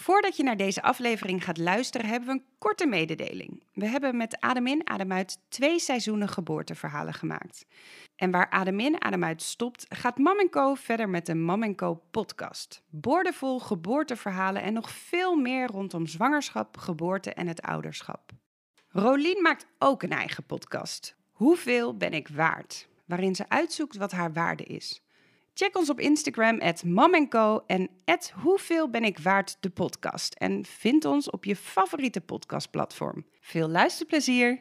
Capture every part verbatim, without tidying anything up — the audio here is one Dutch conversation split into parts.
Voordat je naar deze aflevering gaat luisteren, hebben we een korte mededeling. We hebben met Adem in, Adem uit twee seizoenen geboorteverhalen gemaakt. En waar Adem in, Adem uit stopt, gaat Mam en Co verder met de Mam en Co podcast. Boordevol geboorteverhalen en nog veel meer rondom zwangerschap, geboorte en het ouderschap. Rolien maakt ook een eigen podcast. Hoeveel ben ik waard? Waarin ze uitzoekt wat haar waarde is. Check ons op Instagram at Mam en Co en at Hoeveel ben ik waard de podcast. En vind ons op je favoriete podcastplatform. Veel luisterplezier!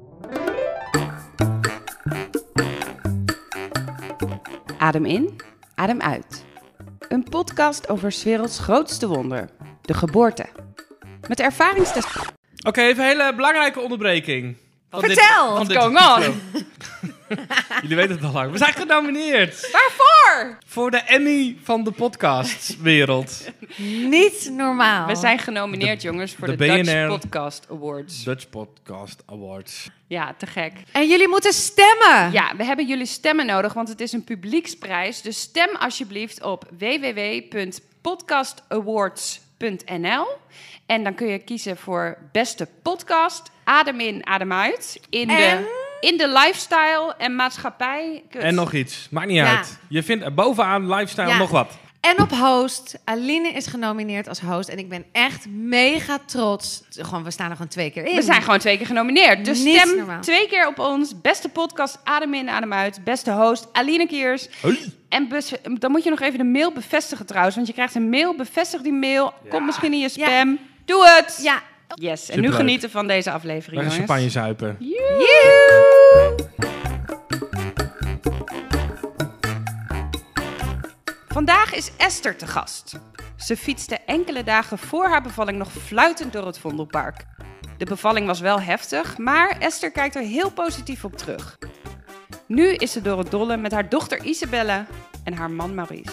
Adem in, adem uit. Een podcast over 's werelds grootste wonder, de geboorte. Met ervaringstest... Oké, okay, even een hele belangrijke onderbreking. Van Vertel! What's going on? Jullie weten het al lang. We zijn genomineerd. Waarvoor? Voor de Emmy van de podcastwereld. Niet normaal. We zijn genomineerd, de, jongens, voor de, de Dutch Podcast Awards. Dutch Podcast Awards. Ja, te gek. En jullie moeten stemmen. Ja, we hebben jullie stemmen nodig, want het is een publieksprijs. Dus stem alsjeblieft op w w w punt podcast awards punt n l. En dan kun je kiezen voor beste podcast, adem in, adem uit. In, en... de, in de lifestyle en maatschappij. Kut. En nog iets, maakt niet ja. uit. Je vindt er bovenaan lifestyle ja. nog wat. En op host, Aline is genomineerd als host. En ik ben echt mega trots. Gewoon, we staan er gewoon twee keer in. We zijn gewoon twee keer genomineerd. Dus Niet stem normaal. twee keer op ons. Beste podcast, adem in, adem uit. Beste host, Aline Kiers. Hey. En bes- dan moet je nog even de mail bevestigen trouwens. Want je krijgt een mail, bevestig die mail. Ja. Komt misschien in je spam. Ja. Doe het! Ja. Yes, en Superleuk. nu genieten van deze aflevering, We gaan jongens. champagne zuipen. Joehoe! Vandaag is Esther te gast. Ze fietste enkele dagen voor haar bevalling nog fluitend door het Vondelpark. De bevalling was wel heftig, maar Esther kijkt er heel positief op terug. Nu is ze door het dolle met haar dochter Isabelle en haar man Maurice.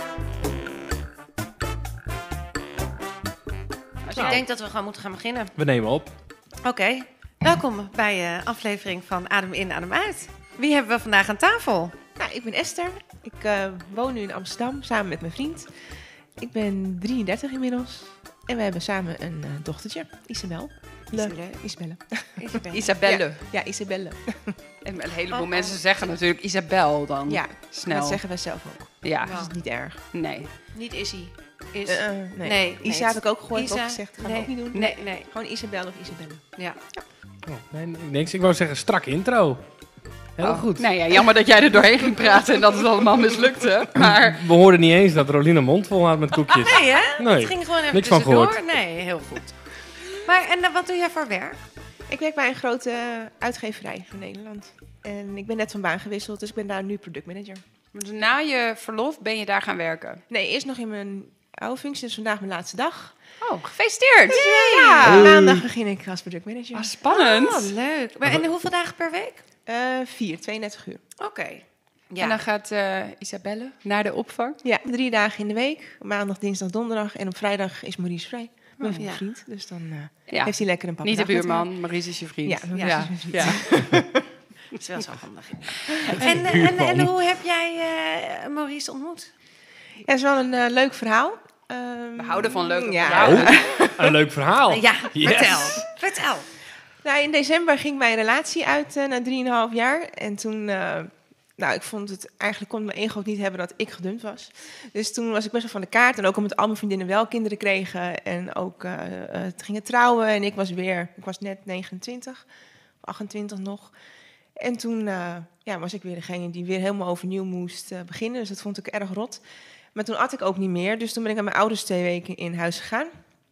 Dus ik denk dat we gewoon moeten gaan beginnen. We nemen op. Oké, okay. Welkom bij de uh, aflevering van Adem in, Adem uit. Wie hebben we vandaag aan tafel? Nou, ik ben Esther. Ik uh, woon nu in Amsterdam samen met mijn vriend. Ik ben drieëndertig inmiddels. En we hebben samen een uh, dochtertje, Isabel. Isabelle. Isabelle. Isabelle. Isabelle. Ja, ja, Isabelle. En een heleboel oh, mensen oh. zeggen natuurlijk Isabel dan. Ja, snel. Dat zeggen wij zelf ook. Ja. Dat is niet erg. Nee. Niet Issy. Is... Uh, nee. nee. Isa nee. heb ik ook gehoord, Isa, ook gezegd. Dat gaan nee. we ook niet doen. Nee, nee. Gewoon Isabel of Isabelle. Ja. ja. Oh, nee, niks. Ik wou zeggen, strak intro. Heel oh. goed. Nee, ja, jammer dat jij er doorheen ging praten en dat het allemaal mislukte. Maar... We hoorden niet eens dat Rolien een mond vol had met koekjes. Nee, hè? Nee. Het ging gewoon even niks van gehoord. Nee, heel goed. Maar en uh, wat doe jij voor werk? Ik werk bij een grote uh, uitgeverij van Nederland. En ik ben net van baan gewisseld, dus ik ben daar nu productmanager. Dus na je verlof ben je daar gaan werken? Nee, eerst nog in mijn oude functie, dus vandaag mijn laatste dag. Oh, gefeliciteerd! Ja, ja. Hey. Maandag begin ik als productmanager. Oh, spannend! Oh, leuk. Maar en hoeveel dagen per week? Uh, vier, tweeëndertig uur. Oké. Okay. Ja. En dan gaat uh, Isabelle naar de opvang? Ja, drie dagen in de week. Maandag, dinsdag, donderdag. En op vrijdag is Maurice vrij. Mijn oh, ja. vriend. Dus dan uh, ja. heeft hij lekker een papa. Niet de buurman, Maurice is je vriend. Ja, ja. ja. ja. Dat is wel zo handig. En, en, en hoe heb jij uh, Maurice ontmoet? Ja, dat is wel een uh, leuk verhaal. Um, We houden van leuke ja. verhalen. Oh, een leuk verhaal. Ja, yes. vertel. Vertel. Nou, in december ging mijn relatie uit uh, na drieënhalf jaar. En toen... Uh, Nou, ik vond het eigenlijk kon mijn ego ook niet hebben dat ik gedumpt was. Dus toen was ik best wel van de kaart. En ook omdat al mijn vriendinnen wel kinderen kregen. En ook uh, uh, gingen trouwen. En ik was weer, ik was net negenentwintig, achtentwintig nog. En toen uh, ja, was ik weer degene die weer helemaal overnieuw moest uh, beginnen. Dus dat vond ik erg rot. Maar toen at ik ook niet meer. Dus toen ben ik aan mijn ouders twee weken in huis gegaan.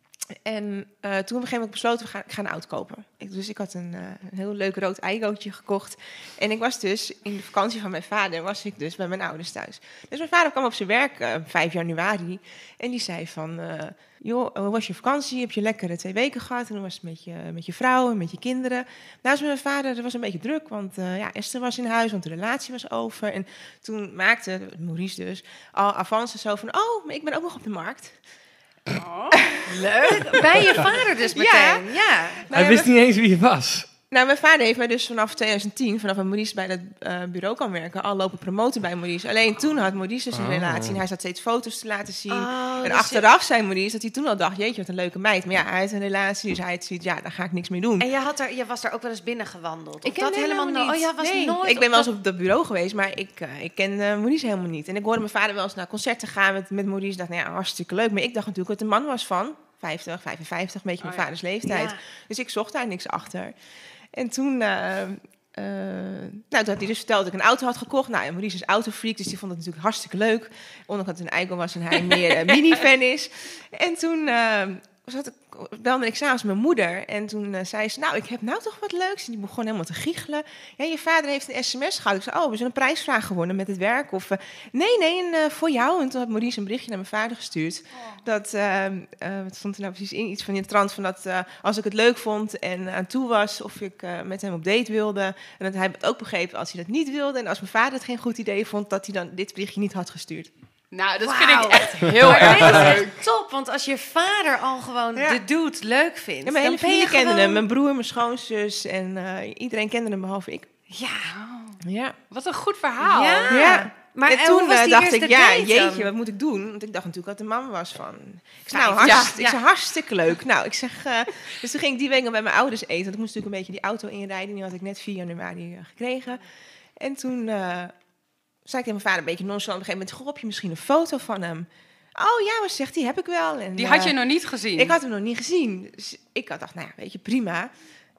En uh, toen op een gegeven moment besloten, we gaan, gaan een auto kopen. Ik, dus ik had een, uh, een heel leuk rood eigootje gekocht. En ik was dus, in de vakantie van mijn vader, was ik dus bij mijn ouders thuis. Dus mijn vader kwam op zijn werk, uh, vijf januari. En die zei van, uh, joh, hoe was je vakantie? Heb je lekkere twee weken gehad? En hoe was het met je, met je vrouw en met je kinderen? Nou, dus mijn vader, dat was een beetje druk, want uh, ja, Esther was in huis, want de relatie was over. En toen maakte Maurice dus al avances zo van, oh, maar ik ben ook nog op de markt. Oh, leuk. Bij je vader dus meteen. Ja. ja. Hij nou, wist niet eens wie je was. Nou, mijn vader heeft mij dus vanaf twintig tien, vanaf Maurice bij dat uh, bureau kan werken, al lopen promoten bij Maurice. Alleen toen had Maurice dus een oh. relatie en hij zat steeds foto's te laten zien. Oh, En dus achteraf zei Maurice dat hij toen al dacht, jeetje, wat een leuke meid. Maar ja, hij heeft een relatie, dus hij had zoiets, ja, daar ga ik niks mee doen. En je, had er, je was daar ook wel eens binnen gewandeld? Of Ik ken dat helemaal helemaal no- niet. Oh, ja, was nee. nooit Ik ben op wel eens dat- op dat bureau geweest, maar ik, uh, ik ken uh, Maurice helemaal niet. En ik hoorde mijn vader wel eens naar concerten gaan met, met Maurice. Ik dacht, nou ja, hartstikke leuk. Maar ik dacht natuurlijk dat het een man was van vijftig, vijfenvijftig, een beetje Oh, mijn ja. vaders leeftijd. Ja. Dus ik zocht daar niks achter. En toen... Uh, Uh, nou, toen had hij dus verteld dat ik een auto had gekocht. Nou, en Maurice is autofreak, dus die vond het natuurlijk hartstikke leuk. Ondanks dat het een eikel was en hij meer uh, minifan is. En toen uh, zat ik, belde ik s'avonds mijn moeder. En toen uh, zei ze, nou, ik heb nou toch wat leuks. En die begon helemaal te giechelen. Ja, je vader heeft een sms gehad. Ik zei, oh, we zijn een prijsvraag gewonnen met het werk. Of, uh, nee, nee, en, uh, voor jou. En toen had Maurice een berichtje naar mijn vader gestuurd. Oh. Dat, uh, uh, wat stond er nou precies in? Iets van in de trant van dat uh, als ik het leuk vond en aan toe was, of ik uh, met hem op date wilde. En dat hij het ook begreep als hij dat niet wilde. En als mijn vader het geen goed idee vond, dat hij dan dit berichtje niet had gestuurd. Nou, dat Wauw. vind ik echt heel Maar erg dit is leuk. echt top, want als je vader al gewoon Ja. de dude leuk vindt... Ja, mijn dan hele ben je familie kende gewoon- hem. Mijn broer, mijn schoonzus en uh, iedereen kende hem behalve ik. Ja. Ja. Wat een goed verhaal. Ja. Ja. Maar en en toen hoe was uh, die dacht eerste ik, ja, date jeetje, dan? wat moet ik doen? Want ik dacht natuurlijk dat de man was van... Ik zei, nou, Vijf, hartst, ja. ik zei, hartstikke leuk. Nou, ik zeg... Uh, dus toen ging ik die week nog bij mijn ouders eten. Want ik moest natuurlijk een beetje die auto inrijden. Die had ik net vier januari uh, gekregen. En toen uh, zei ik tegen mijn vader een beetje nonchalant. Op een gegeven moment, goh, heb je misschien een foto van hem? Oh ja, wat zegt hij? Heb ik wel. En, Die had je uh, nog niet gezien. Ik had hem nog niet gezien. Dus ik had dacht, nou ja, weet je, prima.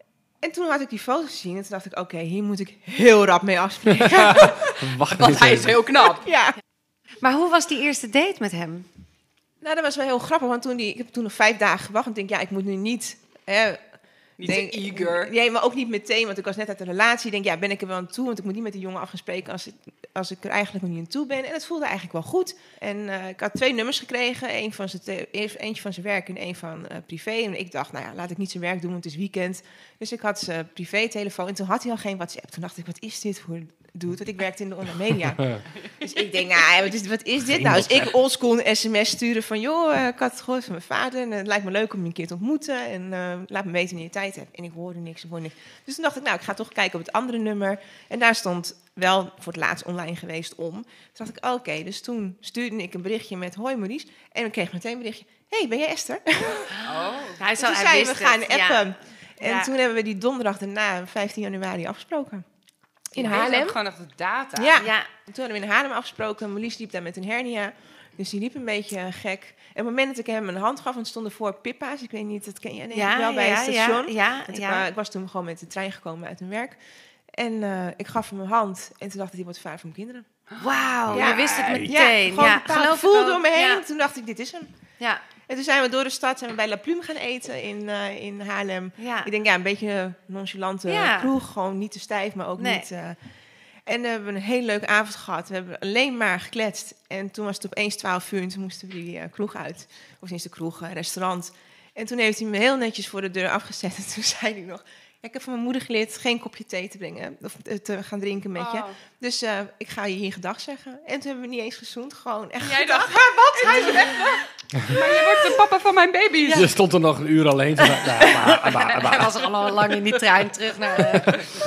En toen had ik die foto gezien. En toen dacht ik, oké, okay, hier moet ik heel rap mee afspreken. Wacht Want eens hij is even. heel knap. Ja. Maar hoe was die eerste date met hem? Nou, dat was wel heel grappig, want toen die, ik heb toen nog vijf dagen gewacht. En ik denk, ja, ik moet nu niet... Hè, Niet denk, te eager. Nee, maar ook niet meteen, want ik was net uit de relatie. Ik denk, ja, ben ik er wel aan toe? Want ik moet niet met die jongen af gaan spreken als ik, als ik er eigenlijk nog niet aan toe ben. En het voelde eigenlijk wel goed. En uh, ik had twee nummers gekregen. Eén van zijn te- eentje van zijn werk en één van uh, privé. En ik dacht, nou ja, laat ik niet zijn werk doen, want het is weekend. Dus ik had zijn privé-telefoon. En toen had hij al geen WhatsApp. Toen dacht ik, wat is dit voor doet? Want ik werkte in de online media. Dus ik denk, nou, wat is, wat is dit Geen nou? Dus ik WhatsApp. oldschool een sms sturen van... joh, uh, ik had het gehoord van mijn vader... en uh, het lijkt me leuk om je een keer te ontmoeten... en uh, laat me weten wanneer je tijd hebt. En ik hoorde niks, ik hoorde niks. Dus toen dacht ik, nou, ik ga toch kijken op het andere nummer. En daar stond wel voor het laatst online geweest om. Toen dacht ik, oké. Okay. Dus toen stuurde ik een berichtje met... hoi Maurice. En ik kreeg meteen een berichtje... hey, ben jij Esther? Oh. Hij Dus toen zeiden we, we gaan appen. Ja. En Ja. toen hebben we die donderdag daarna, vijftien januari, afgesproken. In Je weet Haarlem. ook gewoon nog de data. Ja. Ja. En toen hadden we in Haarlem afgesproken. Maurice liep daar met een hernia. Dus die liep een beetje gek. En op het moment dat ik hem een hand gaf, want er stonden voor Pippa's. Ik weet niet, dat ken je denk ik wel bij het station. Ja, ja, En toen, ja. uh, ik was toen gewoon met de trein gekomen uit hun werk. En uh, ik gaf hem een hand. En toen dacht ik, die wordt vader van mijn kinderen. Wauw, Ja. je wist het Ja, meteen. gewoon Ja, een bepaald geloof ik gevoel ook. door me heen. Ja. Toen dacht ik, dit is hem. Ja. En toen zijn we door de stad, zijn we bij La Plume gaan eten in, uh, in Haarlem. Ja. Ik denk, ja, een beetje een nonchalante Ja. kroeg. Gewoon niet te stijf, maar ook Nee. niet... Uh, en we hebben een hele leuke avond gehad. We hebben alleen maar gekletst. En toen was het opeens twaalf uur en toen moesten we die uh, kroeg uit. Of niet de kroeg, uh, restaurant. En toen heeft hij me heel netjes voor de deur afgezet. En toen zei hij nog... Ja, ik heb van mijn moeder geleerd geen kopje thee te brengen. Of te gaan drinken met je. Oh. Dus uh, ik ga je hier gedag zeggen. En toen hebben we niet eens gezoend. Gewoon echt Jij gedag. dacht, maar wat? Hij is weg. Maar je wordt de papa van mijn baby's. Je stond er nog een uur alleen. Zo, nou, bah, bah, bah. Hij was er al lang in die trein terug naar... Uh...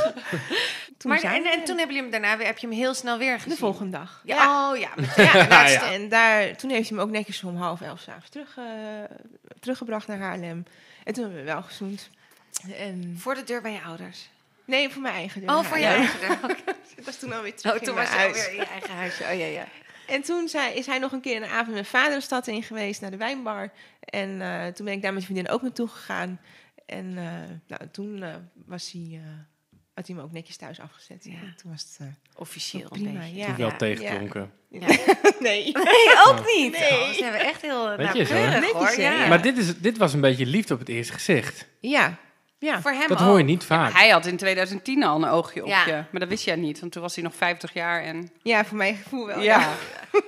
Toen Maar zijn en, we en toen hebben jullie hem daarna weer, heb je hem heel snel weer gezien? de volgende dag. Ja. Oh ja, met- ja. Ja, En daar, toen heeft hij me ook netjes om half elf 's avonds terug, uh, teruggebracht naar Haarlem. En toen hebben we wel gezoend. En, Voor de deur bij je ouders. nee, voor mijn eigen deur. Oh, voor je Ja. eigen deur. Oké. Dat was toen alweer terug Oh, in toen mijn was je huis. alweer in je eigen huisje. Oh ja, ja. En toen zei, is hij nog een keer een avond met mijn vader de stad in geweest, naar de wijnbar. En uh, toen ben ik daar met je vriendin ook naartoe gegaan. En uh, nou, toen uh, was hij, uh, had hij me ook netjes thuis afgezet. Ja. En toen was het uh, Officieel prima, een beetje. ja. Toen wel tegenklonken. Ja. nee. Nee, ook niet. Nee. Oh, ze hebben echt heel Weet je zo, nauwkeurig, netjes, hoor. hè? Ja. Ja. Maar dit, is, dit was een beetje liefde op het eerste gezicht. Ja, ja. Voor hem Dat ook. hoor je niet vaak. Hij had in twintig tien al een oogje op Ja. je. Maar dat wist jij niet, want toen was hij nog vijftig jaar. En... Ja, voor mijn gevoel wel. Ja. Ja.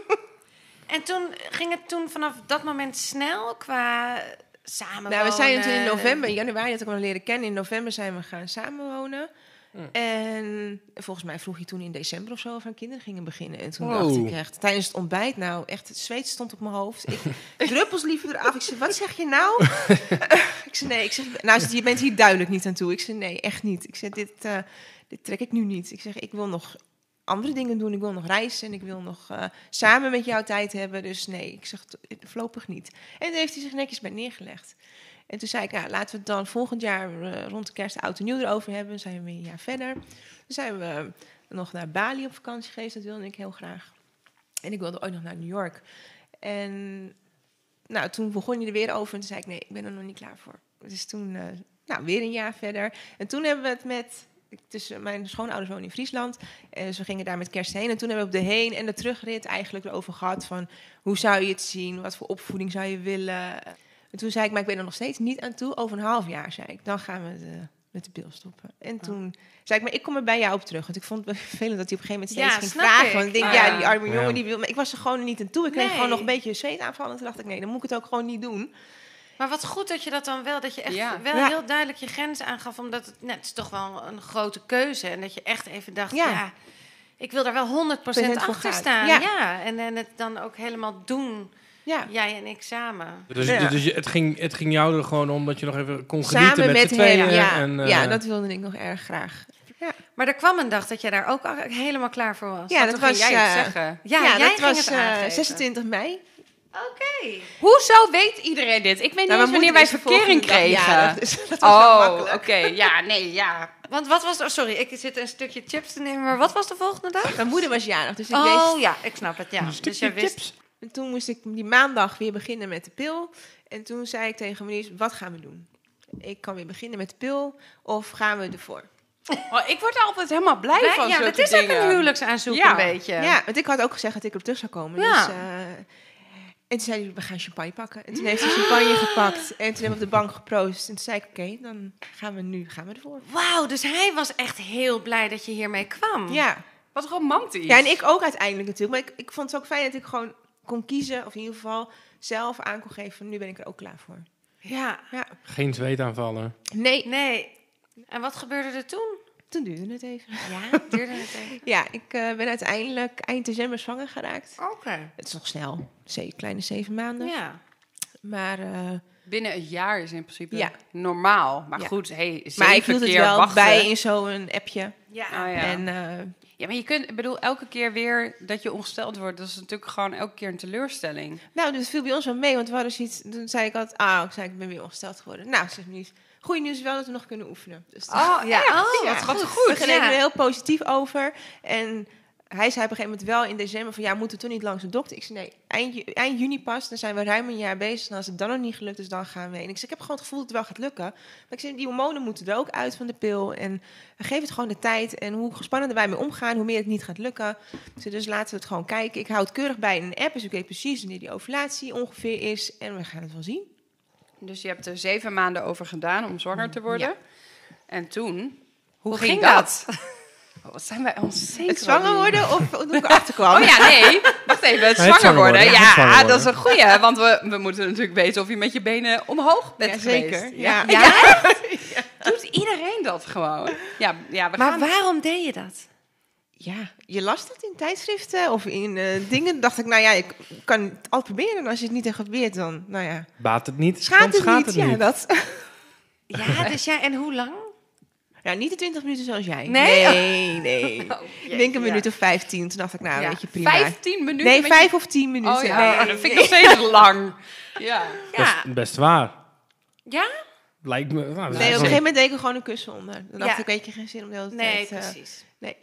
En toen ging het toen vanaf dat moment snel qua samenwonen? Nou, we zijn toen in november, in januari had ik hem al leren kennen. In november zijn we gaan samenwonen. Hmm. En volgens mij vroeg hij toen in december of zo of aan kinderen gingen beginnen. En toen Wow. dacht ik echt, tijdens het ontbijt, nou echt, het zweet stond op mijn hoofd. Ik, druppels liepen eraf. Ik zei, wat zeg je nou? ik zei, nee, ik zeg, nou, je bent hier duidelijk niet aan toe. Ik zei, nee, echt niet. Ik zei, dit, uh, dit trek ik nu niet. Ik zeg, ik wil nog andere dingen doen. Ik wil nog reizen en ik wil nog uh, samen met jou tijd hebben. Dus nee, ik zeg voorlopig niet. En toen heeft hij zich netjes bij neergelegd. En toen zei ik, nou, laten we het dan volgend jaar uh, rond de kerst oud en nieuw erover hebben. Dan zijn we weer een jaar verder. Toen zijn we uh, nog naar Bali op vakantie geweest. Dat wilde ik heel graag. En ik wilde ooit nog naar New York. En nou, toen begon hij er weer over. En toen zei ik, nee, ik ben er nog niet klaar voor. Dus toen, uh, nou, weer een jaar verder. En toen hebben we het met... Tussen mijn schoonouders wonen in Friesland. En dus we gingen daar met kerst heen. En toen hebben we op de heen- en de terugrit eigenlijk erover gehad van... hoe zou je het zien? Wat voor opvoeding zou je willen? En toen zei ik, maar ik ben er nog steeds niet aan toe. Over een half jaar, zei ik. Dan gaan we de, met de pil stoppen. En toen oh. zei ik, maar ik kom er bij jou op terug. Want ik vond het vervelend dat hij op een gegeven moment steeds ja, ging vragen. Ik. Want ik denk, ah, ja, ja, die arme ja. jongen, die wil... Maar ik was er gewoon niet aan toe. Ik kreeg nee. gewoon nog een beetje zweet aanvallen. En toen dacht ik, nee, dan moet ik het ook gewoon niet doen. Maar wat goed dat je dat dan wel, dat je echt ja. wel ja. heel duidelijk je grenzen aangaf. Omdat het, nou, het is toch wel een grote keuze. En dat je echt even dacht, ja, ja ik wil daar wel honderd procent achter staan. Ja. ja. En, en het dan ook helemaal doen, ja. jij en ik samen. Dus, ja. dus het, ging, het ging jou er gewoon om dat je nog even kon samen genieten met, met z'n tweeën. Ja. En, uh, ja, dat wilde ik nog erg graag. Ja. Maar er kwam een dag dat jij daar ook helemaal klaar voor was. Ja, dat was... jij uh, het zeggen. Ja, ja jij dat ging was het uh, zesentwintig mei. Oké. Okay. Hoezo weet iedereen dit? Ik weet niet nou, eens wanneer wij verkering kregen. Ja, dat, dus, dat was oh, oké. Okay. Ja, nee, ja. Want wat was... Oh, sorry, ik zit een stukje chips te nemen. Maar wat was de volgende dag? Mijn moeder was jarig, dus ik oh, wist... ja, ik snap het, ja. Een dus jij wist... chips. En toen moest ik die maandag weer beginnen met de pil. En toen zei ik tegen meneer, wat gaan we doen? Ik kan weer beginnen met de pil, of gaan we ervoor? Oh, ik word er altijd helemaal blij Blij, van. ja, het is dingen. ook een huwelijksaanzoek ja. een beetje. Ja, want ik had ook gezegd dat ik erop terug zou komen. Ja. Dus, uh, en toen zei hij, we gaan champagne pakken. En toen heeft hij champagne gepakt. En toen hebben we op de bank geproost. En toen zei ik, oké, okay, dan gaan we nu gaan we ervoor. Wauw, dus hij was echt heel blij dat je hiermee kwam. Ja. Wat romantisch. Ja, en ik ook uiteindelijk natuurlijk. Maar ik, ik vond het ook fijn dat ik gewoon kon kiezen, of in ieder geval zelf aan kon geven van nu ben ik er ook klaar voor. Ja. ja. Geen zweetaanvallen. Nee. Nee. En wat gebeurde er toen? Toen duurde het even. Ja, duurde het even. Ja, ik uh, ben uiteindelijk eind december zwanger geraakt. Oké. Okay. Het is nog snel. Ze- kleine zeven maanden. Ja. Maar... Uh, binnen een jaar is in principe ja. normaal. Maar ja. goed, hey, zeven maar ik hield het keer wel wachten. bij in zo'n appje. Ja. Oh, ja. En, uh, ja, maar je kunt, ik bedoel, elke keer weer dat je ongesteld wordt, dat is natuurlijk gewoon elke keer een teleurstelling. nou, dus het viel bij ons wel mee, want we hadden zoiets, toen zei ik altijd, ah, ik zei ik ben weer ongesteld geworden. Nou, zeg niet. Goeie nieuws is wel dat we nog kunnen oefenen. Dus Oh, ja, oh, wat, wat goed. goed. we gingen ja. er heel positief over. En hij zei op een gegeven moment wel in december van, ja, moeten we toch niet langs de dokter? Ik zei, nee, eind, ju- eind juni pas, dan zijn we ruim een jaar bezig. En als het dan nog niet gelukt is, dan gaan we heen. Ik zei, ik heb gewoon het gevoel dat het wel gaat lukken. Maar ik zei, die hormonen moeten er ook uit van de pil. En geef het gewoon de tijd. En hoe spannender wij mee omgaan, hoe meer het niet gaat lukken. Dus laten we het gewoon kijken. Ik hou het keurig bij in een app, dus ik weet precies wanneer die ovulatie ongeveer is. En we gaan het wel zien. Dus je hebt er zeven maanden over gedaan om zwanger te worden. Ja. En toen, hoe, Hoe ging, ging dat? Oh, wat zijn wij onzeker. Het zwanger nu. worden of hoe ik erachter kwam? Oh ja, nee. Wacht even, het Nee, zwanger, zwanger worden. worden, Ja, het zwanger worden. dat is een goeie. Want we, we moeten natuurlijk weten of je met je benen omhoog bent Ja, geweest. zeker. Ja. Ja? Ja? Doet iedereen dat gewoon? Ja, ja we Maar gaan... waarom deed je dat? Ja, je las dat in tijdschriften of in uh, dingen. dacht ik, nou ja, ik kan het altijd proberen. En als je het niet hebt geprobeerd, dan, nou ja. Baat het niet, Schaadt dan het schaadt niet? het Ja, niet. dat. Ja, dus ja, en hoe lang? Ja, niet de twintig minuten zoals jij. Nee? Nee, nee. Oh, Ik denk een ja. minuut of vijftien. Toen dacht ik, nou, Ja, weet je, prima. vijftien minuten? Nee, met je- vijf of tien minuten. Oh ja, Nee, dat vind ik nog steeds lang. Ja. Ja. Best, best waar. Ja? Lijkt me... Nou, dat Nee, op is een gegeven wel- moment deed ik er gewoon een kussen onder. Dan dacht Ja. ik, weet je, geen zin om de hele Nee, tijd... uh, precies. nee.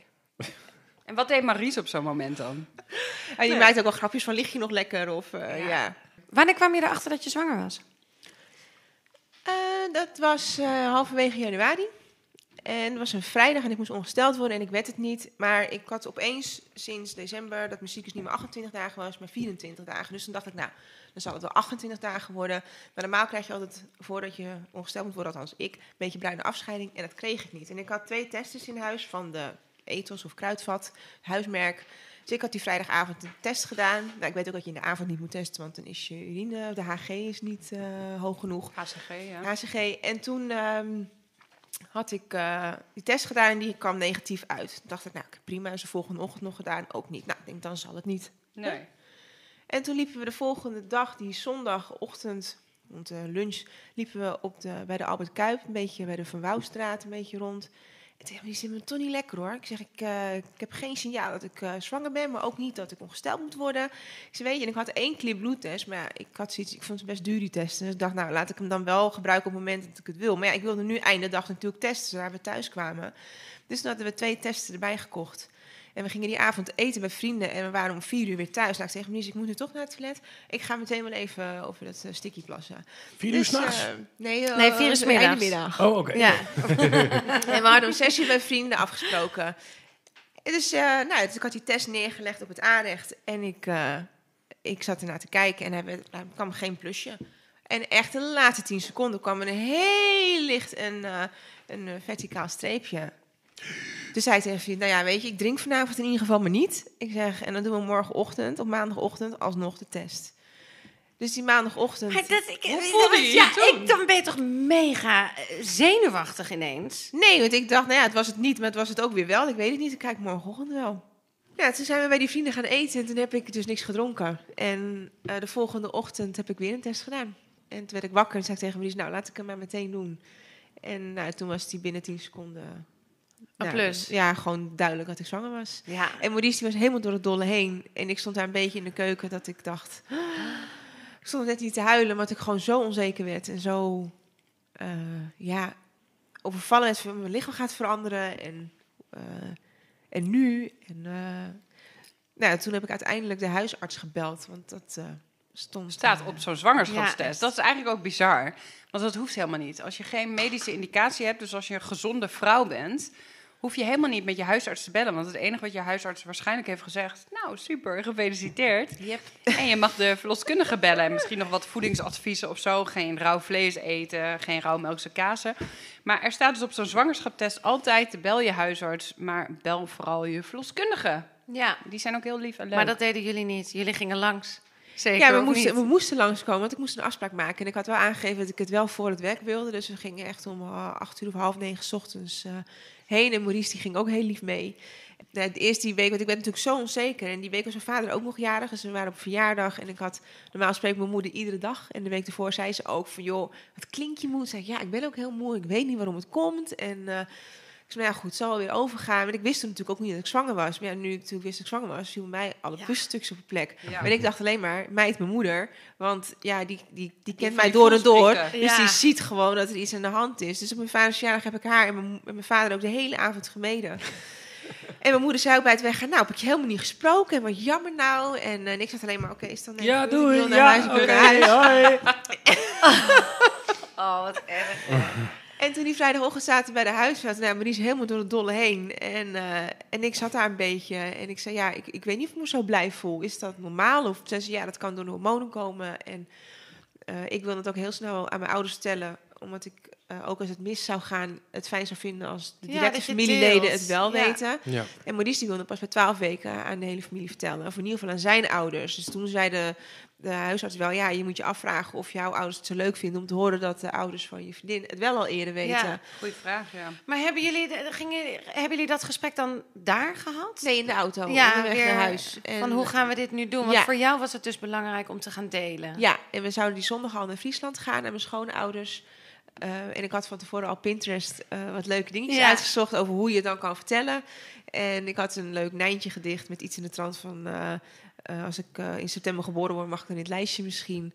En wat deed Maries op zo'n moment dan? En die maakt ook wel grapjes van, lig je nog lekker? Of, uh, ja. ja. Wanneer kwam je erachter dat je zwanger was? Uh, dat was uh, halverwege januari. En het was een vrijdag en ik moest ongesteld worden en ik werd het niet. Maar ik had opeens sinds december dat mijn cyclus niet meer achtentwintig dagen was, maar vierentwintig dagen. Dus toen dacht ik, nou, dan zal het wel achtentwintig dagen worden. Maar normaal krijg je altijd, voordat je ongesteld moet worden, althans ik, een beetje bruine afscheiding. En dat kreeg ik niet. En ik had twee testers in huis van de Ethos of Kruidvat, huismerk. Dus ik had die vrijdagavond een test gedaan. Nou, ik weet ook dat je in de avond niet moet testen, want dan is je urine, de H G is niet uh, hoog genoeg. H C G, ja. H C G. En toen um, had ik uh, die test gedaan en die kwam negatief uit. Toen dacht ik, nou prima, is de volgende ochtend nog gedaan. Ook niet. Nou, ik denk, dan zal het niet. Nee. En toen liepen we de volgende dag, die zondagochtend, rond uh, lunch, liepen we op de, bij de Albert Kuip, een beetje bij de Van Wouwstraat, een beetje rond. tegen me, die zit me toch niet lekker hoor. Ik zeg, ik, uh, ik heb geen signaal dat ik uh, zwanger ben, maar ook niet dat ik ongesteld moet worden. Ik zeg, weet je, en ik had één clip bloedtest, maar ja, ik had zoiets, ik vond het best duur die testen. Dus ik dacht, nou, laat ik hem dan wel gebruiken op het moment dat ik het wil. Maar ja, ik wilde nu einde dag natuurlijk testen, waar we thuis kwamen. Dus toen hadden we twee testen erbij gekocht. En we gingen die avond eten bij vrienden en we waren om vier uur weer thuis. Nou, ik tegen Monies, ik moet nu toch naar het toilet. Ik ga meteen wel even over dat uh, sticky plassen. Vier uur dus, s'nachts? Uh, nee, uh, nee, vier uur 's middags. middag. Oh, oké. Okay. Ja. En we hadden om zes uur bij vrienden afgesproken. Dus, uh, nou, dus ik had die test neergelegd op het aanrecht. En ik, uh, ik zat ernaar te kijken en er kwam geen plusje. En echt de laatste tien seconden kwam er een heel licht een, uh, een uh, verticaal streepje. Dus zei tegen vriend, nou ja, weet je, ik drink vanavond in ieder geval maar niet. Ik zeg, en dan doen we morgenochtend, op maandagochtend, alsnog de test. Dus die maandagochtend... Maar dat, ik, Hoe voelde je je ja, toen? ik, dan ben je toch mega zenuwachtig ineens? Nee, want ik dacht, nou ja, het was het niet, maar het was het ook weer wel. Ik weet het niet, ik kijk morgenochtend wel. Ja, toen zijn we bij die vrienden gaan eten en toen heb ik dus niks gedronken. En uh, de volgende ochtend heb ik weer een test gedaan. En toen werd ik wakker en zei ik tegen Maurice, nou, laat ik hem maar meteen doen. En nou, toen was die binnen tien seconden... Een nou, plus. Ja, gewoon duidelijk dat ik zwanger was. Ja. En Maurice die was helemaal door het dolle heen. En ik stond daar een beetje in de keuken dat ik dacht... Ik stond net niet te huilen, maar dat ik gewoon zo onzeker werd. En zo, uh, ja, overvallen werd van mijn lichaam gaat veranderen. En, uh, en nu... En, uh, nou, toen heb ik uiteindelijk de huisarts gebeld. Want dat uh, stond... staat uh, op zo'n zwangerschapstest. Ja, dat is eigenlijk ook bizar. Want dat hoeft helemaal niet. Als je geen medische indicatie hebt, dus als je een gezonde vrouw bent... hoef je helemaal niet met je huisarts te bellen. Want het enige wat je huisarts waarschijnlijk heeft gezegd... nou, super, gefeliciteerd. Yep. En je mag de verloskundige bellen. En misschien nog wat voedingsadviezen of zo. Geen rauw vlees eten, geen rauwmelkse kazen. Maar er staat dus op zo'n zwangerschapstest altijd... bel je huisarts, maar bel vooral je verloskundige. Ja, Die zijn ook heel lief en leuk. maar dat deden jullie niet. Jullie gingen langs. Zeker Ja, we of moesten, niet? we moesten langskomen, want ik moest een afspraak maken. En ik had wel aangegeven dat ik het wel voor het werk wilde. Dus we gingen echt om uh, acht uur of half negen 's ochtends uh, heen. En Maurice die ging ook heel lief mee. De eerste die week, want ik ben natuurlijk zo onzeker. En die week was mijn vader ook nog jarig. Dus we waren op verjaardag. En ik had, normaal spreek ik mijn moeder iedere dag. En de week ervoor zei ze ook van, joh, wat klinkt je moe? Zei ik, ja, ik ben ook heel moe. Ik weet niet waarom het komt. En... Uh, Ik zei, nou ja, goed, het zal wel weer overgaan. Maar ik wist toen natuurlijk ook niet dat ik zwanger was. Maar ja, nu ik natuurlijk wist dat ik zwanger was, viel mij alle Ja. puzzelstukjes op een plek. Ja. Maar ik dacht alleen maar, meid, mijn moeder. Want ja, die, die, die kent van mij die door en door. voelsprikken. Dus Ja. die ziet gewoon dat er iets aan de hand is. Dus op mijn vaders verjaardag heb ik haar en mijn, en mijn vader ook de hele avond gemeden. En mijn moeder zei ook bij het weggaan, nou, heb ik je helemaal niet gesproken. En wat jammer nou. En, uh, en ik zat alleen maar, oké, okay, is dan even Ja, goed. Ik wil doei. naar Ja, huis, ik wil oké, naar huis. hoi. Oh, wat erg. En toen die vrijdagochtend zaten bij de huisarts, nou, Marie is helemaal door het dolle heen. En, uh, en ik zat daar een beetje en ik zei, ja, ik, ik weet niet of ik me zo blij voel. Is dat normaal? Of zei ze, ja, dat kan door de hormonen komen. En uh, ik wilde het ook heel snel aan mijn ouders vertellen, omdat ik uh, ook als het mis zou gaan, het fijn zou vinden als de Ja, directe dat je familieleden deelt. het wel Ja. weten. Ja. En Maurice die wilde pas bij twaalf weken aan de hele familie vertellen. Of in ieder geval aan zijn ouders. Dus toen zei de, de huisarts wel, ja, je moet je afvragen of jouw ouders het zo leuk vinden om te horen dat de ouders van je vriendin het wel al eerder weten. Ja. Goeie vraag, ja. Maar hebben jullie, gingen, hebben jullie dat gesprek dan daar gehad? Nee, in de auto, Ja, onderweg weer naar huis. En, Van hoe gaan we dit nu doen? Want Ja. voor jou was het dus belangrijk om te gaan delen. Ja, en we zouden die zondag al naar Friesland gaan, naar mijn schoonouders. Uh, en ik had van tevoren al Pinterest uh, wat leuke dingetjes Ja. uitgezocht over hoe je het dan kan vertellen. En ik had een leuk Nijntje gedicht met iets in de trant van... Uh, uh, als ik uh, in september geboren word, mag ik dan in het lijstje misschien.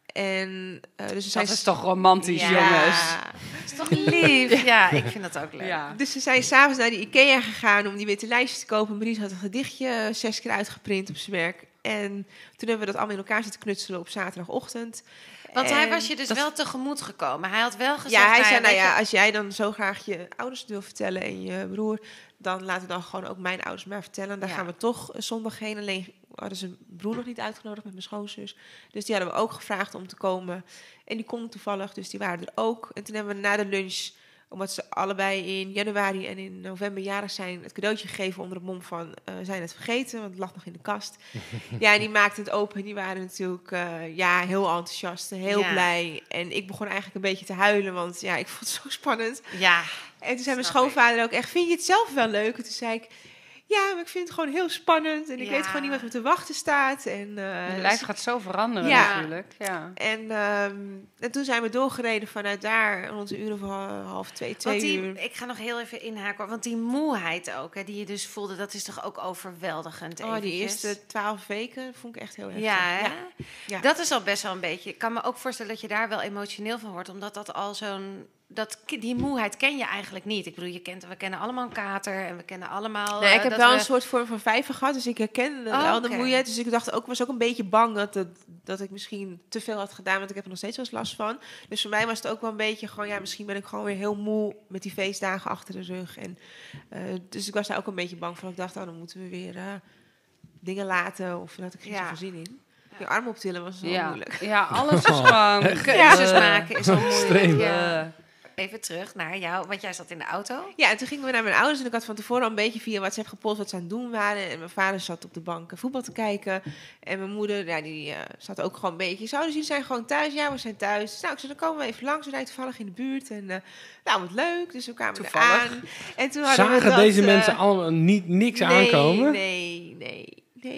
En, uh, dus ze Dat zijn is toch romantisch, Ja. jongens. Dat is toch lief? Ja, ik vind dat ook leuk. Ja. Dus ze zijn s'avonds naar de IKEA gegaan om die witte lijstjes te kopen. Maurice had een gedichtje zes keer uitgeprint op zijn werk. En toen hebben we dat allemaal in elkaar zitten knutselen op zaterdagochtend. Want En hij was je dus dat- wel tegemoet gekomen. Hij had wel gezegd... Ja, hij nou zei, nou weet ja, je- als jij dan zo graag je ouders het wil vertellen en je broer, dan laten we dan gewoon ook mijn ouders maar vertellen. En daar Ja. gaan we toch eh, zondag heen. Alleen hadden ze broer nog niet uitgenodigd met mijn schoonzus. Dus die hadden we ook gevraagd om te komen. En die konden toevallig, dus die waren er ook. En toen hebben we na de lunch, omdat ze allebei in januari en in november jarig zijn, het cadeautje gegeven onder het mom van, uh, zijn het vergeten, want het lag nog in de kast. Ja, en die maakten het open en die waren natuurlijk uh, ja, heel enthousiast, heel Ja. blij. En ik begon eigenlijk een beetje te huilen, want ja, ik vond het zo spannend. Ja. En toen zei mijn Snap schoonvader ook echt, vind je het zelf wel leuk? En toen zei ik, ja, maar ik vind het gewoon heel spannend. En ik ja. weet gewoon niet wat me te wachten staat. En, uh, je lijf gaat zo veranderen ja. natuurlijk. Ja. En, um, en toen zijn we doorgereden vanuit daar rond een uur of half twee, twee die, uur. Ik ga nog heel even inhaken. Want die moeheid ook, hè, die je dus voelde, dat is toch ook overweldigend. Oh, eventjes. die eerste twaalf weken vond ik echt heel heftig. Ja, hè? Ja. Ja. Dat is al best wel een beetje... Ik kan me ook voorstellen dat je daar wel emotioneel van wordt. Omdat dat al zo'n... Dat, die moeheid ken je eigenlijk niet. Ik bedoel, je kent, we kennen allemaal een kater en we kennen allemaal... Nee, ik heb uh, wel we... een soort vorm van vijver gehad, dus ik herkende oh, wel okay. de moeheid. Dus ik dacht ook, was ook een beetje bang dat, het, dat ik misschien te veel had gedaan, want ik heb er nog steeds wel eens last van. Dus voor mij was het ook wel een beetje gewoon, ja, misschien ben ik gewoon weer heel moe met die feestdagen achter de rug. En, uh, dus ik was daar ook een beetje bang voor. Ik dacht, oh, dan moeten we weer uh, dingen laten of dat ik geen ja. zoveel zin in. Je arm optillen was wel ja. moeilijk. Ja, alles is gewoon... Keuzes maken is al moeilijk. Ja. Even terug naar jou, want jij zat in de auto. Ja, en toen gingen we naar mijn ouders en ik had van tevoren al een beetje via WhatsApp gepost wat ze aan het doen waren. En mijn vader zat op de bank voetbal te kijken. En mijn moeder, ja, die uh, zat ook gewoon een beetje. Zouden jullie zijn gewoon thuis? Ja, we zijn thuis. Nou, ik zei, dan komen we even langs. We zijn toevallig in de buurt. En uh, nou, wat leuk. Dus we kwamen toevallig. eraan. En toen hadden Zagen we dat, deze uh, mensen allemaal niet, niks nee, aankomen? Nee, nee, nee.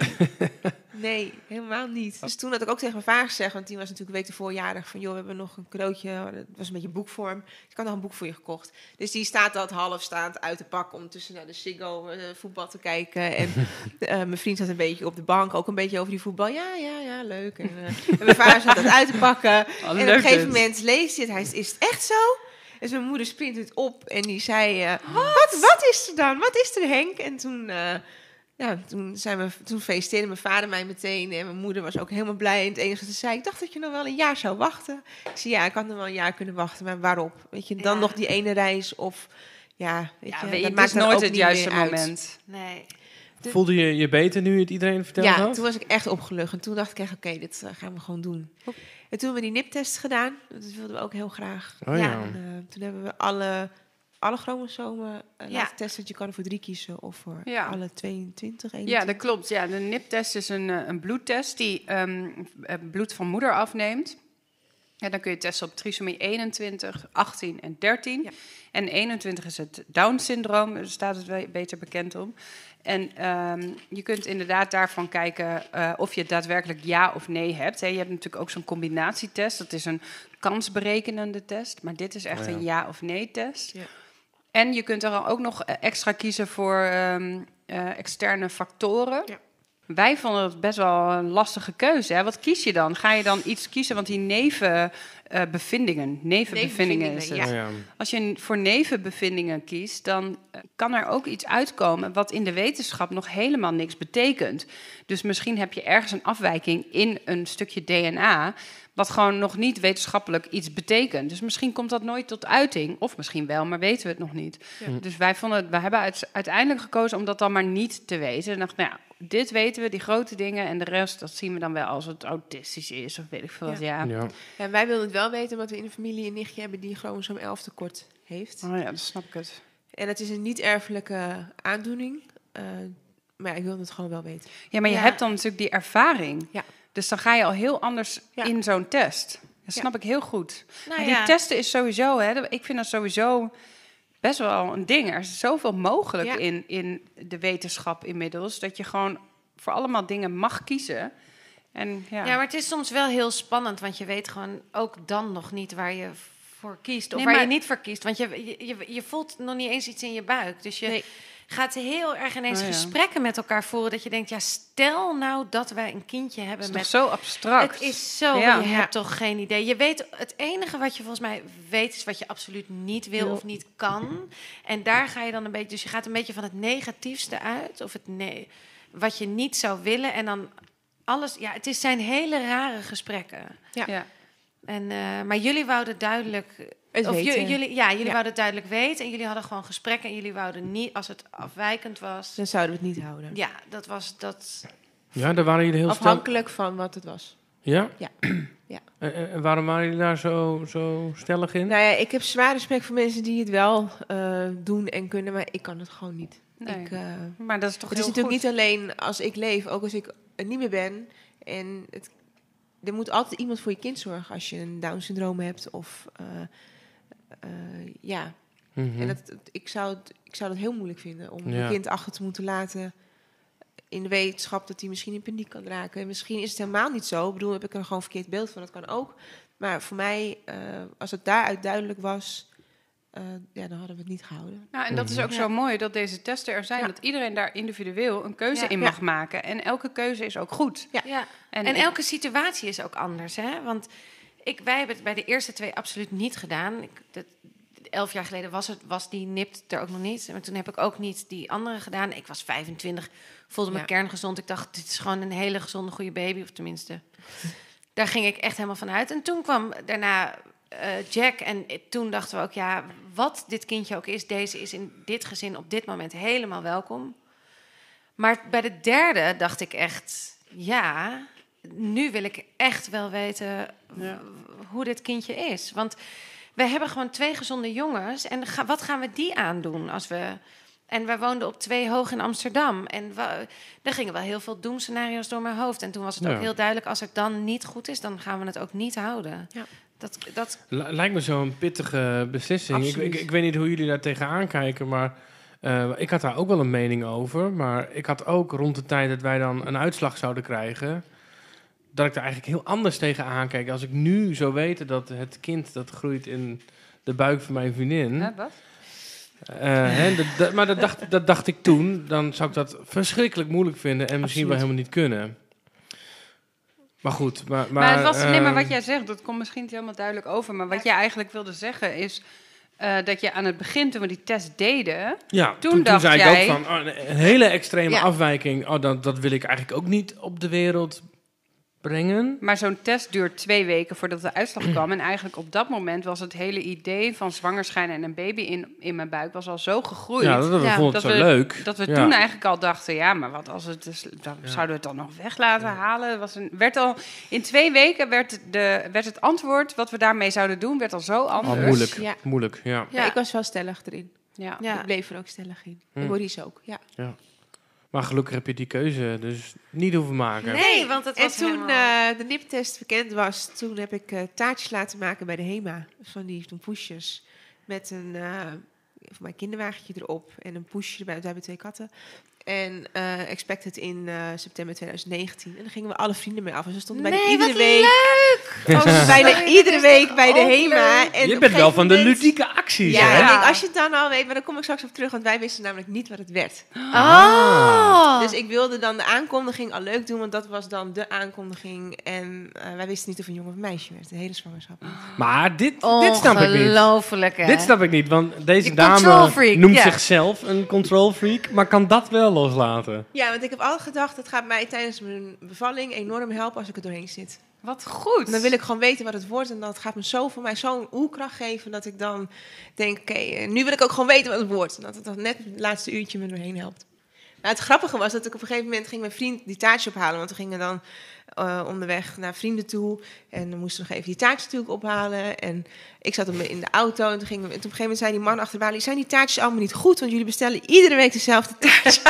Nee, helemaal niet. Dus toen had ik ook tegen mijn vader gezegd, want die was natuurlijk een week ervoor jarig, van joh, we hebben nog een cadeautje, het was een beetje boekvorm. Ik had nog een boek voor je gekocht. Dus die staat dat half staand uit te pakken om tussen naar de Ziggo uh, voetbal te kijken. En uh, mijn vriend zat een beetje op de bank, ook een beetje over die voetbal. Ja, ja, ja, leuk. En, uh, en mijn vader zat dat uit te pakken. Oh, en op een gegeven moment leest hij het. Hij is, is het echt zo? Dus mijn moeder sprint het op en die zei, uh, wat? wat is er dan? Wat is er, Henk? En toen... Uh, Ja, toen, zijn we, toen feliciteerde mijn vader mij meteen. En mijn moeder was ook helemaal blij. En het enige wat ze zei, ik dacht dat je nog wel een jaar zou wachten. Ik zei, ja, ik had nog wel een jaar kunnen wachten. Maar waarop? Weet je, dan ja. nog die ene reis of... Ja, weet ja, je, weet je, dat het is nooit het juiste moment. moment. Nee. Voelde je je beter nu het iedereen verteld ja, had? Ja, toen was ik echt opgelucht. En toen dacht ik echt, oké, okay, dit uh, gaan we gewoon doen. Oh. En toen hebben we die niptest gedaan. Dat wilden we ook heel graag. Oh, ja. En, uh, toen hebben we alle... alle chromosomen uh, ja. laten testen. Je kan er voor drie kiezen of voor ja. alle tweeëntwintig, eenentwintig. Ja, dat klopt. Ja, de niptest is een, een bloedtest die um, bloed van moeder afneemt. En dan kun je testen op trisomie eenentwintig, achttien en dertien. Ja. En eenentwintig is het Down-syndroom, daar staat het beter bekend om. En um, je kunt inderdaad daarvan kijken uh, of je daadwerkelijk ja of nee hebt. He, je hebt natuurlijk ook zo'n combinatietest. Dat is een kansberekenende test. Maar dit is echt oh ja. een ja of nee test. Ja. En je kunt er ook nog extra kiezen voor um, uh, externe factoren. Ja. Wij vonden het best wel een lastige keuze. Hè? Wat kies je dan? Ga je dan iets kiezen? Want die nevenbevindingen, uh, nevenbevindingen is het. Ja. Ja. Als je voor nevenbevindingen kiest, dan kan er ook iets uitkomen wat in de wetenschap nog helemaal niks betekent. Dus misschien heb je ergens een afwijking in een stukje D N A... wat gewoon nog niet wetenschappelijk iets betekent. Dus misschien komt dat nooit tot uiting. Of misschien wel, maar weten we het nog niet. Ja. Dus wij vonden, wij hebben uiteindelijk gekozen om dat dan maar niet te weten. En dachten, nou ja, dit weten we, die grote dingen. En de rest, dat zien we dan wel als het autistisch is. Of weet ik veel wat, ja. ja. ja. En wij wilden het wel weten, omdat we in de familie een nichtje hebben die chromosoom elf tekort heeft. Oh ja, dat snap ik het. En het is een niet-erfelijke aandoening. Uh, maar ja, ik wilde het gewoon wel weten. Ja, maar je ja. hebt dan natuurlijk die ervaring. Ja. Dus dan ga je al heel anders ja. in zo'n test. Dat snap ja. ik heel goed. Nou, maar die ja. testen is sowieso, hè, ik vind dat sowieso best wel een ding. Er is zoveel mogelijk ja. in, in de wetenschap inmiddels, dat je gewoon voor allemaal dingen mag kiezen. En, ja. ja, maar het is soms wel heel spannend, want je weet gewoon ook dan nog niet waar je voor kiest. Of nee, waar maar... je niet voor kiest. Want je, je, je, je voelt nog niet eens iets in je buik. Dus je... Nee. gaat heel erg ineens oh, ja. gesprekken met elkaar voeren. Dat je denkt, ja, stel nou dat wij een kindje hebben. Het is met... zo abstract. Het is zo, ja. je hebt toch geen idee. Je weet, het enige wat je volgens mij weet, is wat je absoluut niet wil ja. of niet kan. En daar ga je dan een beetje, dus je gaat een beetje van het negatiefste uit. Of het nee, wat je niet zou willen. En dan alles, ja, het is, zijn hele rare gesprekken. Ja. ja. En, uh, maar jullie wouden duidelijk... Het of weten. J- jullie, ja, jullie ja. wouden het duidelijk weten. En jullie hadden gewoon gesprekken. En jullie wouden niet, als het afwijkend was... Dan zouden we het niet houden. Ja, dat was... Dat... Ja, daar waren jullie heel afhankelijk stel... van wat het was. Ja? Ja. ja. En, en waarom waren jullie daar zo, zo stellig in? Nou ja, ik heb zwaar respect voor mensen die het wel uh, doen en kunnen. Maar ik kan het gewoon niet. Nee. Ik, uh, maar dat is toch het heel is natuurlijk goed. niet alleen als ik leef. Ook als ik er niet meer ben. En het, er moet altijd iemand voor je kind zorgen. Als je een Down-syndroom hebt of... Uh, Uh, ja. Mm-hmm. En dat, ik, zou het, ik zou dat heel moeilijk vinden om ja. een kind achter te moeten laten in de wetenschap dat hij misschien in paniek kan raken. En misschien is het helemaal niet zo. Ik bedoel, heb ik er gewoon een verkeerd beeld van. Dat kan ook. Maar voor mij, uh, als het daaruit duidelijk was, uh, ja, dan hadden we het niet gehouden. Nou, en dat is ook ja. zo mooi dat deze testen er zijn. Ja. Dat iedereen daar individueel een keuze ja. in mag ja. maken. En elke keuze is ook goed. Ja. Ja. En, en ik, elke situatie is ook anders. Hè? Want ik, wij hebben het bij de eerste twee absoluut niet gedaan. Ik, dat, elf jaar geleden was, het, was die nipt er ook nog niet. Maar toen heb ik ook niet die andere gedaan. Ik was vijfentwintig, voelde me ja. kerngezond. Ik dacht, dit is gewoon een hele gezonde, goede baby. Of tenminste, daar ging ik echt helemaal van uit. En toen kwam daarna uh, Jack. En toen dachten we ook, ja, wat dit kindje ook is, deze is in dit gezin op dit moment helemaal welkom. Maar bij de derde dacht ik echt, ja, nu wil ik echt wel weten ja. hoe dit kindje is. Want we hebben gewoon twee gezonde jongens. En ga, wat gaan we die aandoen als we... En wij woonden op twee hoog in Amsterdam. En we, er gingen wel heel veel doemscenario's door mijn hoofd. En toen was het ja. ook heel duidelijk, als het dan niet goed is, dan gaan we het ook niet houden. Ja. Dat, dat... Lijkt me zo'n pittige beslissing. Ik, ik, ik weet niet hoe jullie daar tegenaan kijken, maar uh, ik had daar ook wel een mening over. Maar ik had ook rond de tijd dat wij dan een uitslag zouden krijgen, dat ik er eigenlijk heel anders tegen aankijk. Als ik nu zou weten dat het kind dat groeit in de buik van mijn vriendin. Ja, wat? Uh, hè, dat, dat, maar dat dacht, dat dacht ik toen. Dan zou ik dat verschrikkelijk moeilijk vinden en misschien Absoluut. wel helemaal niet kunnen. Maar goed. Maar, maar, maar, het was, uh, nee, maar wat jij zegt, dat komt misschien niet helemaal duidelijk over. Maar wat jij eigenlijk wilde zeggen is uh, dat je aan het begin, toen we die test deden, ja, toen, toen, dacht toen zei jij, ik ook van, oh, een hele extreme ja. afwijking. Oh, dat, dat wil ik eigenlijk ook niet op de wereld brengen. Maar zo'n test duurt twee weken voordat de uitslag kwam. En eigenlijk op dat moment was het hele idee van zwanger schijnen en een baby in, in mijn buik was al zo gegroeid. Ja, dat, dat ja. vond het dat zo we, leuk. Dat we ja. toen eigenlijk al dachten, ja, maar wat als het dus, dan ja. zouden we het dan nog weg laten ja. halen? Was een, werd al, in twee weken werd, de, werd het antwoord wat we daarmee zouden doen, werd al zo anders. Oh, moeilijk, ja. moeilijk, ja. ja. Ja, ik was wel stellig erin. Ja. Ja. Ik bleef er ook stellig in. Hm. Maurice ook, ja. ja. Maar gelukkig heb je die keuze dus niet hoeven maken. Nee, want het was En toen helemaal... uh, de niptest bekend was, toen heb ik uh, taartjes laten maken bij de HEMA. Van die poesjes. Met een uh, voor mijn kinderwagentje erop en een poesje erbij. We hebben twee katten. En uh, expected in uh, september twintig negentien. En dan gingen we alle vrienden mee af. En ze stonden nee, bijna iedere week. Leuk. Oh, bijna iedere week bij de HEMA. En je bent wel van moment, de ludieke acties. Ja, hè? Ik denk, als je het dan al weet, maar dan kom ik straks op terug. Want wij wisten namelijk niet wat het werd. Oh. Dus ik wilde dan de aankondiging al leuk doen. Want dat was dan de aankondiging. En uh, wij wisten niet of een jongen of een meisje werd. De hele zwangerschap. Maar dit, dit snap ik niet. Ongelooflijk, hè? Dit snap ik niet. Want deze Je dame freak, noemt ja. zichzelf een control freak. Maar kan dat wel loslaten? Ja, want ik heb altijd gedacht, het gaat mij tijdens mijn bevalling enorm helpen als ik er doorheen zit. Wat goed. En dan wil ik gewoon weten wat het wordt. En dat gaat me zo voor mij zo'n oerkracht geven dat ik dan denk, oké, okay, nu wil ik ook gewoon weten wat het wordt. En dat het dan net het laatste uurtje me doorheen helpt. Nou, het grappige was dat ik op een gegeven moment ging mijn vriend die taartje ophalen. Want we gingen dan uh, onderweg naar vrienden toe. En dan moesten we nog even die taartjes natuurlijk ophalen. En ik zat in de auto. En toen, ging, en toen op een gegeven moment zei die man achter de balie, zijn die taartjes allemaal niet goed? Want jullie bestellen iedere week dezelfde taartjes.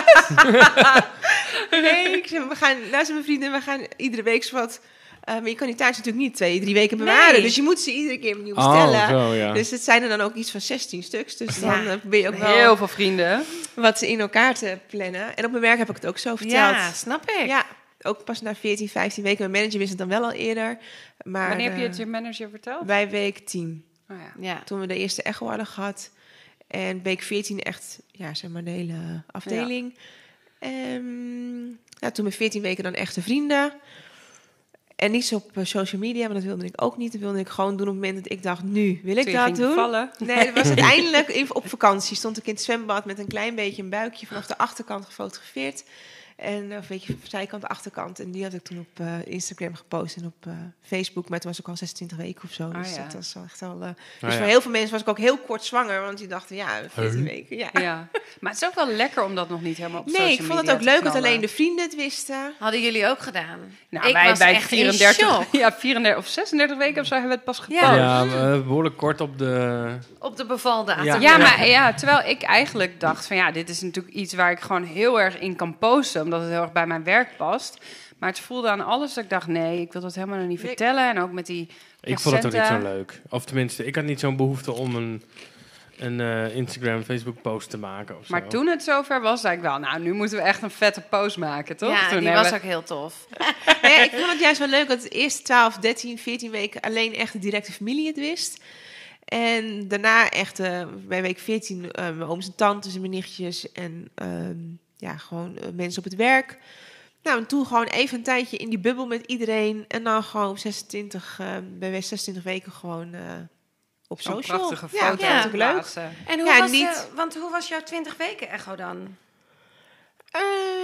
Nee, ik zei, we gaan, nou zijn mijn vrienden, we gaan iedere week zo wat. Uh, maar je kan die taartjes natuurlijk niet twee, drie weken bewaren. Nee. Dus je moet ze iedere keer opnieuw bestellen. Oh, zo, ja. Dus het zijn er dan ook iets van zestien stuks. Dus ja. dan uh, ben je ook wel heel veel vrienden wat in elkaar te plannen. En op mijn werk heb ik het ook zo verteld. Ja, snap ik. Ja, ook pas na veertien, vijftien weken. Mijn manager wist het dan wel al eerder. Maar, wanneer heb je uh, het je manager verteld? Bij week tien. Oh, ja. Ja. Toen we de eerste echo hadden gehad. En week veertien echt, ja, zeg maar de hele afdeling. Ja. Um, ja, toen met veertien weken dan echte vrienden. En niet zo op uh, social media, maar dat wilde ik ook niet. Dat wilde ik gewoon doen op het moment dat ik dacht, nu wil ik toen dat doen. Vallen. Nee, dat was uiteindelijk even op vakantie. Stond ik in het zwembad met een klein beetje een buikje vanaf de achterkant gefotografeerd. En een beetje zijkant, achterkant. En die had ik toen op uh, Instagram gepost en op uh, Facebook. Maar toen was ik al zesentwintig weken of zo. Oh, dus ja. dat was wel echt al... Uh, dus oh, ja. voor heel veel mensen was ik ook heel kort zwanger. Want die dachten, ja, veertien huh? weken. Ja. ja. Maar het is ook wel lekker om dat nog niet helemaal op nee, social ik media vond het ook leuk knallen. dat alleen de vrienden het wisten. Hadden jullie ook gedaan? Nou, ik wij was bij echt vierendertig, ja, vierendertig of zesendertig weken of zo hebben we het pas gepost. Ja. Ja, uh, behoorlijk kort op de... Op de bevalde Ja. Ja, maar ja, terwijl ik eigenlijk dacht van ja, dit is natuurlijk iets waar ik gewoon heel erg in kan posten, omdat het heel erg bij mijn werk past. Maar het voelde aan alles dat ik dacht, nee, ik wil dat helemaal nog niet nee. vertellen. En ook met die Ik vond het ook niet zo leuk. Of tenminste, ik had niet zo'n behoefte om een, een uh, Instagram, Facebook post te maken of zo. Maar toen het zover was, zei ik wel, nou, nu moeten we echt een vette post maken, toch? Ja, toen die was we... ook heel tof. Nou ja, ik vond het juist wel leuk dat de eerste twaalf, dertien, veertien weken alleen echt de directe familie het wist. En daarna echt uh, bij week veertien uh, mijn ooms en tantes en mijn nichtjes en uh, ja, gewoon uh, mensen op het werk. Nou, en toen gewoon even een tijdje in die bubbel met iedereen. En dan gewoon zesentwintig, uh, bij zesentwintig weken gewoon uh, op Zo'n social. prachtige foto. Ja, ja. Natuurlijk leuk. En hoe ja, was, niet... uh, want hoe was jouw twintig weken echo dan? Uh...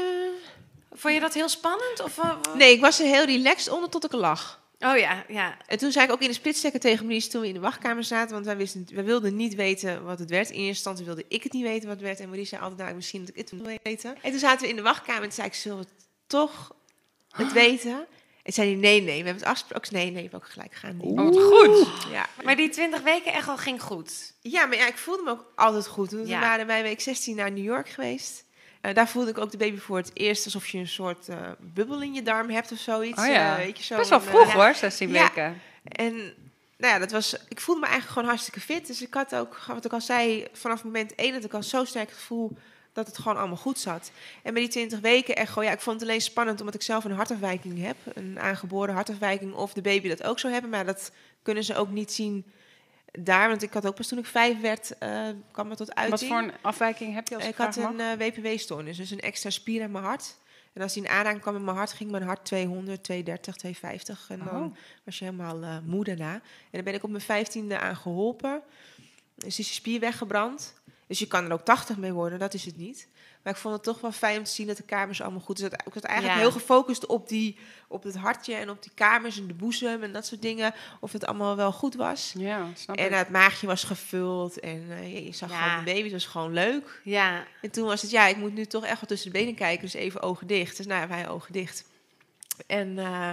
Vond je dat heel spannend? Of, uh, nee, ik was er heel relaxed onder tot ik er lag. Oh ja, ja. En toen zei ik ook in de splitstekker tegen Maurice toen we in de wachtkamer zaten, want wij, wisten, wij wilden niet weten wat het werd. In eerste instantie wilde ik het niet weten wat het werd. En Maurice zei altijd, nou, misschien dat ik het wil weten. En toen zaten we in de wachtkamer en toen zei ik, zullen we toch het weten? En zei hij, nee, nee, we hebben het afgesproken. Nee, nee, we hebben ook gelijk gaan. Oh, wat goed. Ja. Maar die twintig weken echo ging goed. Ja, maar ja, ik voelde me ook altijd goed. Toen ja. waren wij week zestien naar New York geweest. Uh, daar voelde ik ook de baby voor het eerst alsof je een soort uh, bubbel in je darm hebt of zoiets. Oh ja. uh, weet je, zo best wel een, vroeg uh, hoor, zestien ja. weken. En nou ja, dat was, ik voelde me eigenlijk gewoon hartstikke fit. Dus ik had ook, wat ik al zei, vanaf moment één dat ik al zo sterk het gevoel dat het gewoon allemaal goed zat. En bij die twintig weken echo, ja, ik vond het alleen spannend omdat ik zelf een hartafwijking heb. Een aangeboren hartafwijking of de baby dat ook zou hebben. Maar dat kunnen ze ook niet zien daar. Want ik had ook pas toen ik vijf werd, uh, kwam het tot uiting. Wat voor een afwijking heb je als ik had een uh, W P W-stoornis, dus een extra spier in mijn hart. En als die een aanraking kwam in mijn hart, ging mijn hart tweehonderd, tweehonderddertig, tweehonderdvijftig. En dan oh. was je helemaal uh, moe daarna. En daar ben ik op mijn vijftiende aan geholpen. Dus is die spier weggebrand. Dus je kan er ook tachtig mee worden, dat is het niet. Maar ik vond het toch wel fijn om te zien dat de kamers allemaal goed is. Dus ik was eigenlijk ja. heel gefocust op, die, op het hartje en op die kamers en de boezem en dat soort dingen. Of het allemaal wel goed was. Ja, snap en ik. het maagje was gevuld en uh, je zag ja. gewoon de baby, het was gewoon leuk. Ja. En toen was het, ja, ik moet nu toch echt wel tussen de benen kijken, dus even ogen dicht. Dus nou, wij ogen dicht. En... Uh,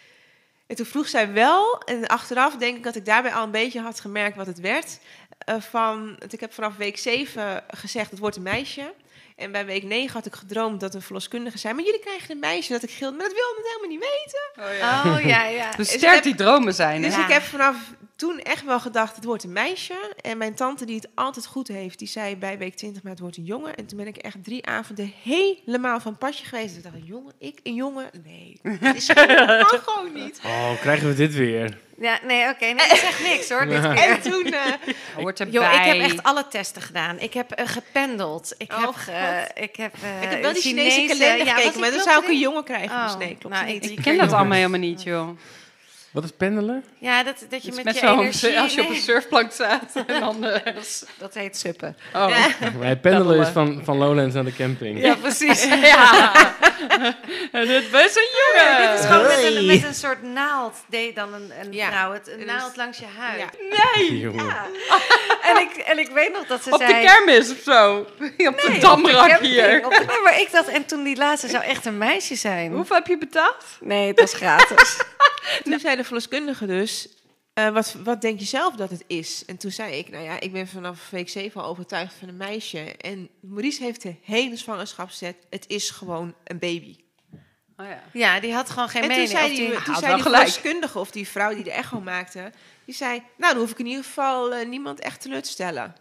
En toen vroeg zij wel, en achteraf denk ik dat ik daarbij al een beetje had gemerkt wat het werd. Uh, van, ik heb vanaf week zeven gezegd, het wordt een meisje. En bij week negen had ik gedroomd dat een verloskundige zei, maar jullie krijgen een meisje. Dat ik gilde, maar dat wilde ik helemaal niet weten. Oh ja, oh, ja, ja. Dus sterk heb, die dromen zijn. Dus hè? ik heb vanaf toen echt wel gedacht, het wordt een meisje. En mijn tante die het altijd goed heeft, die zei bij week twintig, maar het wordt een jongen. En toen ben ik echt drie avonden helemaal van het padje geweest. Ik dacht, een jongen, ik, een jongen? Nee, dat is gewoon, kan gewoon niet. Oh, krijgen we dit weer? Ja, nee, oké, okay, nee, ik zeg niks hoor. Dit keer. En toen... Uh, Hoort erbij. Joh, ik heb echt alle testen gedaan. Ik heb uh, gependeld. Ik oh, heb, ge, ik heb, uh, ik heb wel die Chinese, Chinese kalender ja, gekeken, maar dan zou ik een jongen krijgen. Oh, dus nee, klopt nou, niet. Ik, ik ken dat allemaal helemaal niet, joh. Wat is pendelen? Ja, dat, dat je dus met, met je zo energie... als je op nee. een surfplank staat. En dan, uh, dat, is, dat heet suppen. Oh. Ja. Nee, pendelen is van, van Lowlands naar de camping. Ja, precies. Ja. En dit was een jongen. Ja, dit is gewoon met een, met een soort naald deed dan een, een Ja. vrouw het een Dus- naald langs je huid. Ja. Nee. Jongen. Ja. en, ik, en ik weet nog dat ze Op zei... de kermis of zo. Op de Nee, damrak op de hier. camping, op de- nee, maar ik dacht, en toen die laatste zou echt een meisje zijn. Hoeveel heb je betaald? Nee, het was gratis. Toen zei de verloskundige dus, uh, wat, wat denk je zelf dat het is? En toen zei ik, nou ja, ik ben vanaf week zeven al overtuigd van een meisje. En Maurice heeft de hele zwangerschap gezet, het is gewoon een baby. Oh ja. Ja, die had gewoon geen En toen mening. zei Of die, die- toen had zei wel die gelijk. verloskundige, of die vrouw die de echo maakte, die zei, nou, dan hoef ik in ieder geval uh, niemand echt teleur te stellen.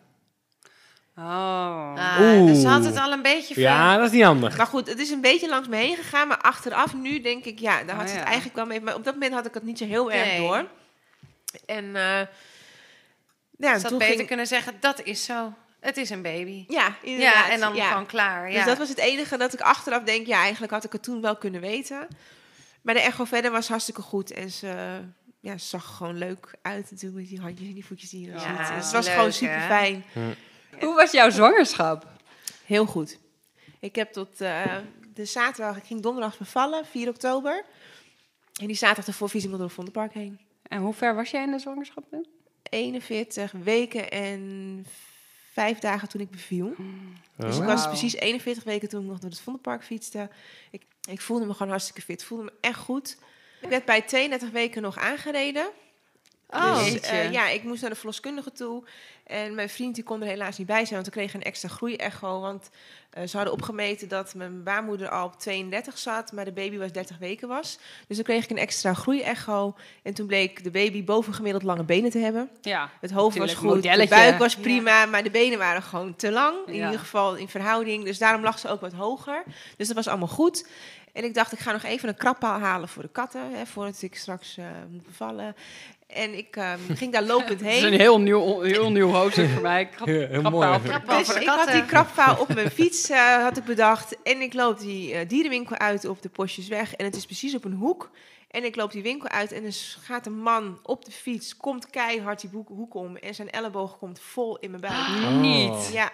Oh. Ah, Oeh. dus ze had het al een beetje... veel- Ja, dat is niet handig. Maar goed, het is een beetje langs me heen gegaan, maar achteraf nu denk ik, ja, daar had Oh, ze het ja. eigenlijk wel mee. Maar op dat moment had ik het niet zo heel erg Nee. door. En uh, ja, Ze had toen beter ging... kunnen zeggen, dat is zo. Het is een baby. Ja, inderdaad. Ja, en dan ja. gewoon klaar. Ja. Dus dat was het enige dat ik achteraf denk, ja, eigenlijk had ik het toen wel kunnen weten. Maar de echo verder was hartstikke goed. En ze, ja, ze zag gewoon leuk uit natuurlijk met die handjes en die voetjes die je dan Ja, ziet. Dus het was leuk, gewoon super fijn. Hoe was jouw zwangerschap? Heel goed. Ik heb tot uh, de zaterdag, ik ging donderdag bevallen, vier oktober. En die zaterdag ervoor vies ik nog door het Vondelpark heen. En hoe ver was jij in de zwangerschap dan? eenenveertig weken en vijf dagen toen ik beviel. Dus ik Oh. was Wauw. precies eenenveertig weken toen ik nog door het Vondelpark fietste. Ik, ik voelde me gewoon hartstikke fit. Ik voelde me echt goed. Ik werd bij tweeëndertig weken nog aangereden. Oh, dus, uh, ja, ik moest naar de verloskundige toe. En mijn vriend die kon er helaas niet bij zijn, want we kregen een extra groeiecho. Want uh, ze hadden opgemeten dat mijn baarmoeder al op tweeëndertig zat, maar de baby was dertig weken was. Dus toen kreeg ik een extra groeiecho. En toen bleek de baby bovengemiddeld lange benen te hebben. Ja, het hoofd was goed, de buik was prima, ja. maar de benen waren gewoon te lang. In ja. ieder geval in verhouding. Dus daarom lag ze ook wat hoger. Dus dat was allemaal goed. En ik dacht, ik ga nog even een krabpaal halen voor de katten, hè, voordat ik straks uh, moet bevallen. En ik um, ging daar lopend heen. Dat is een heel nieuw, heel nieuw hoofdstuk voor mij. Krap, ja, krabpaal voor krabpaal dus voor de ik katten. had die krabpaal op mijn fiets, uh, had ik bedacht. En ik loop die uh, dierenwinkel uit op de Postjesweg. En het is precies op een hoek. En ik loop die winkel uit en dus gaat een man op de fiets, komt keihard die hoek, hoek om. En zijn elleboog komt vol in mijn buik. Oh. Niet? Ja.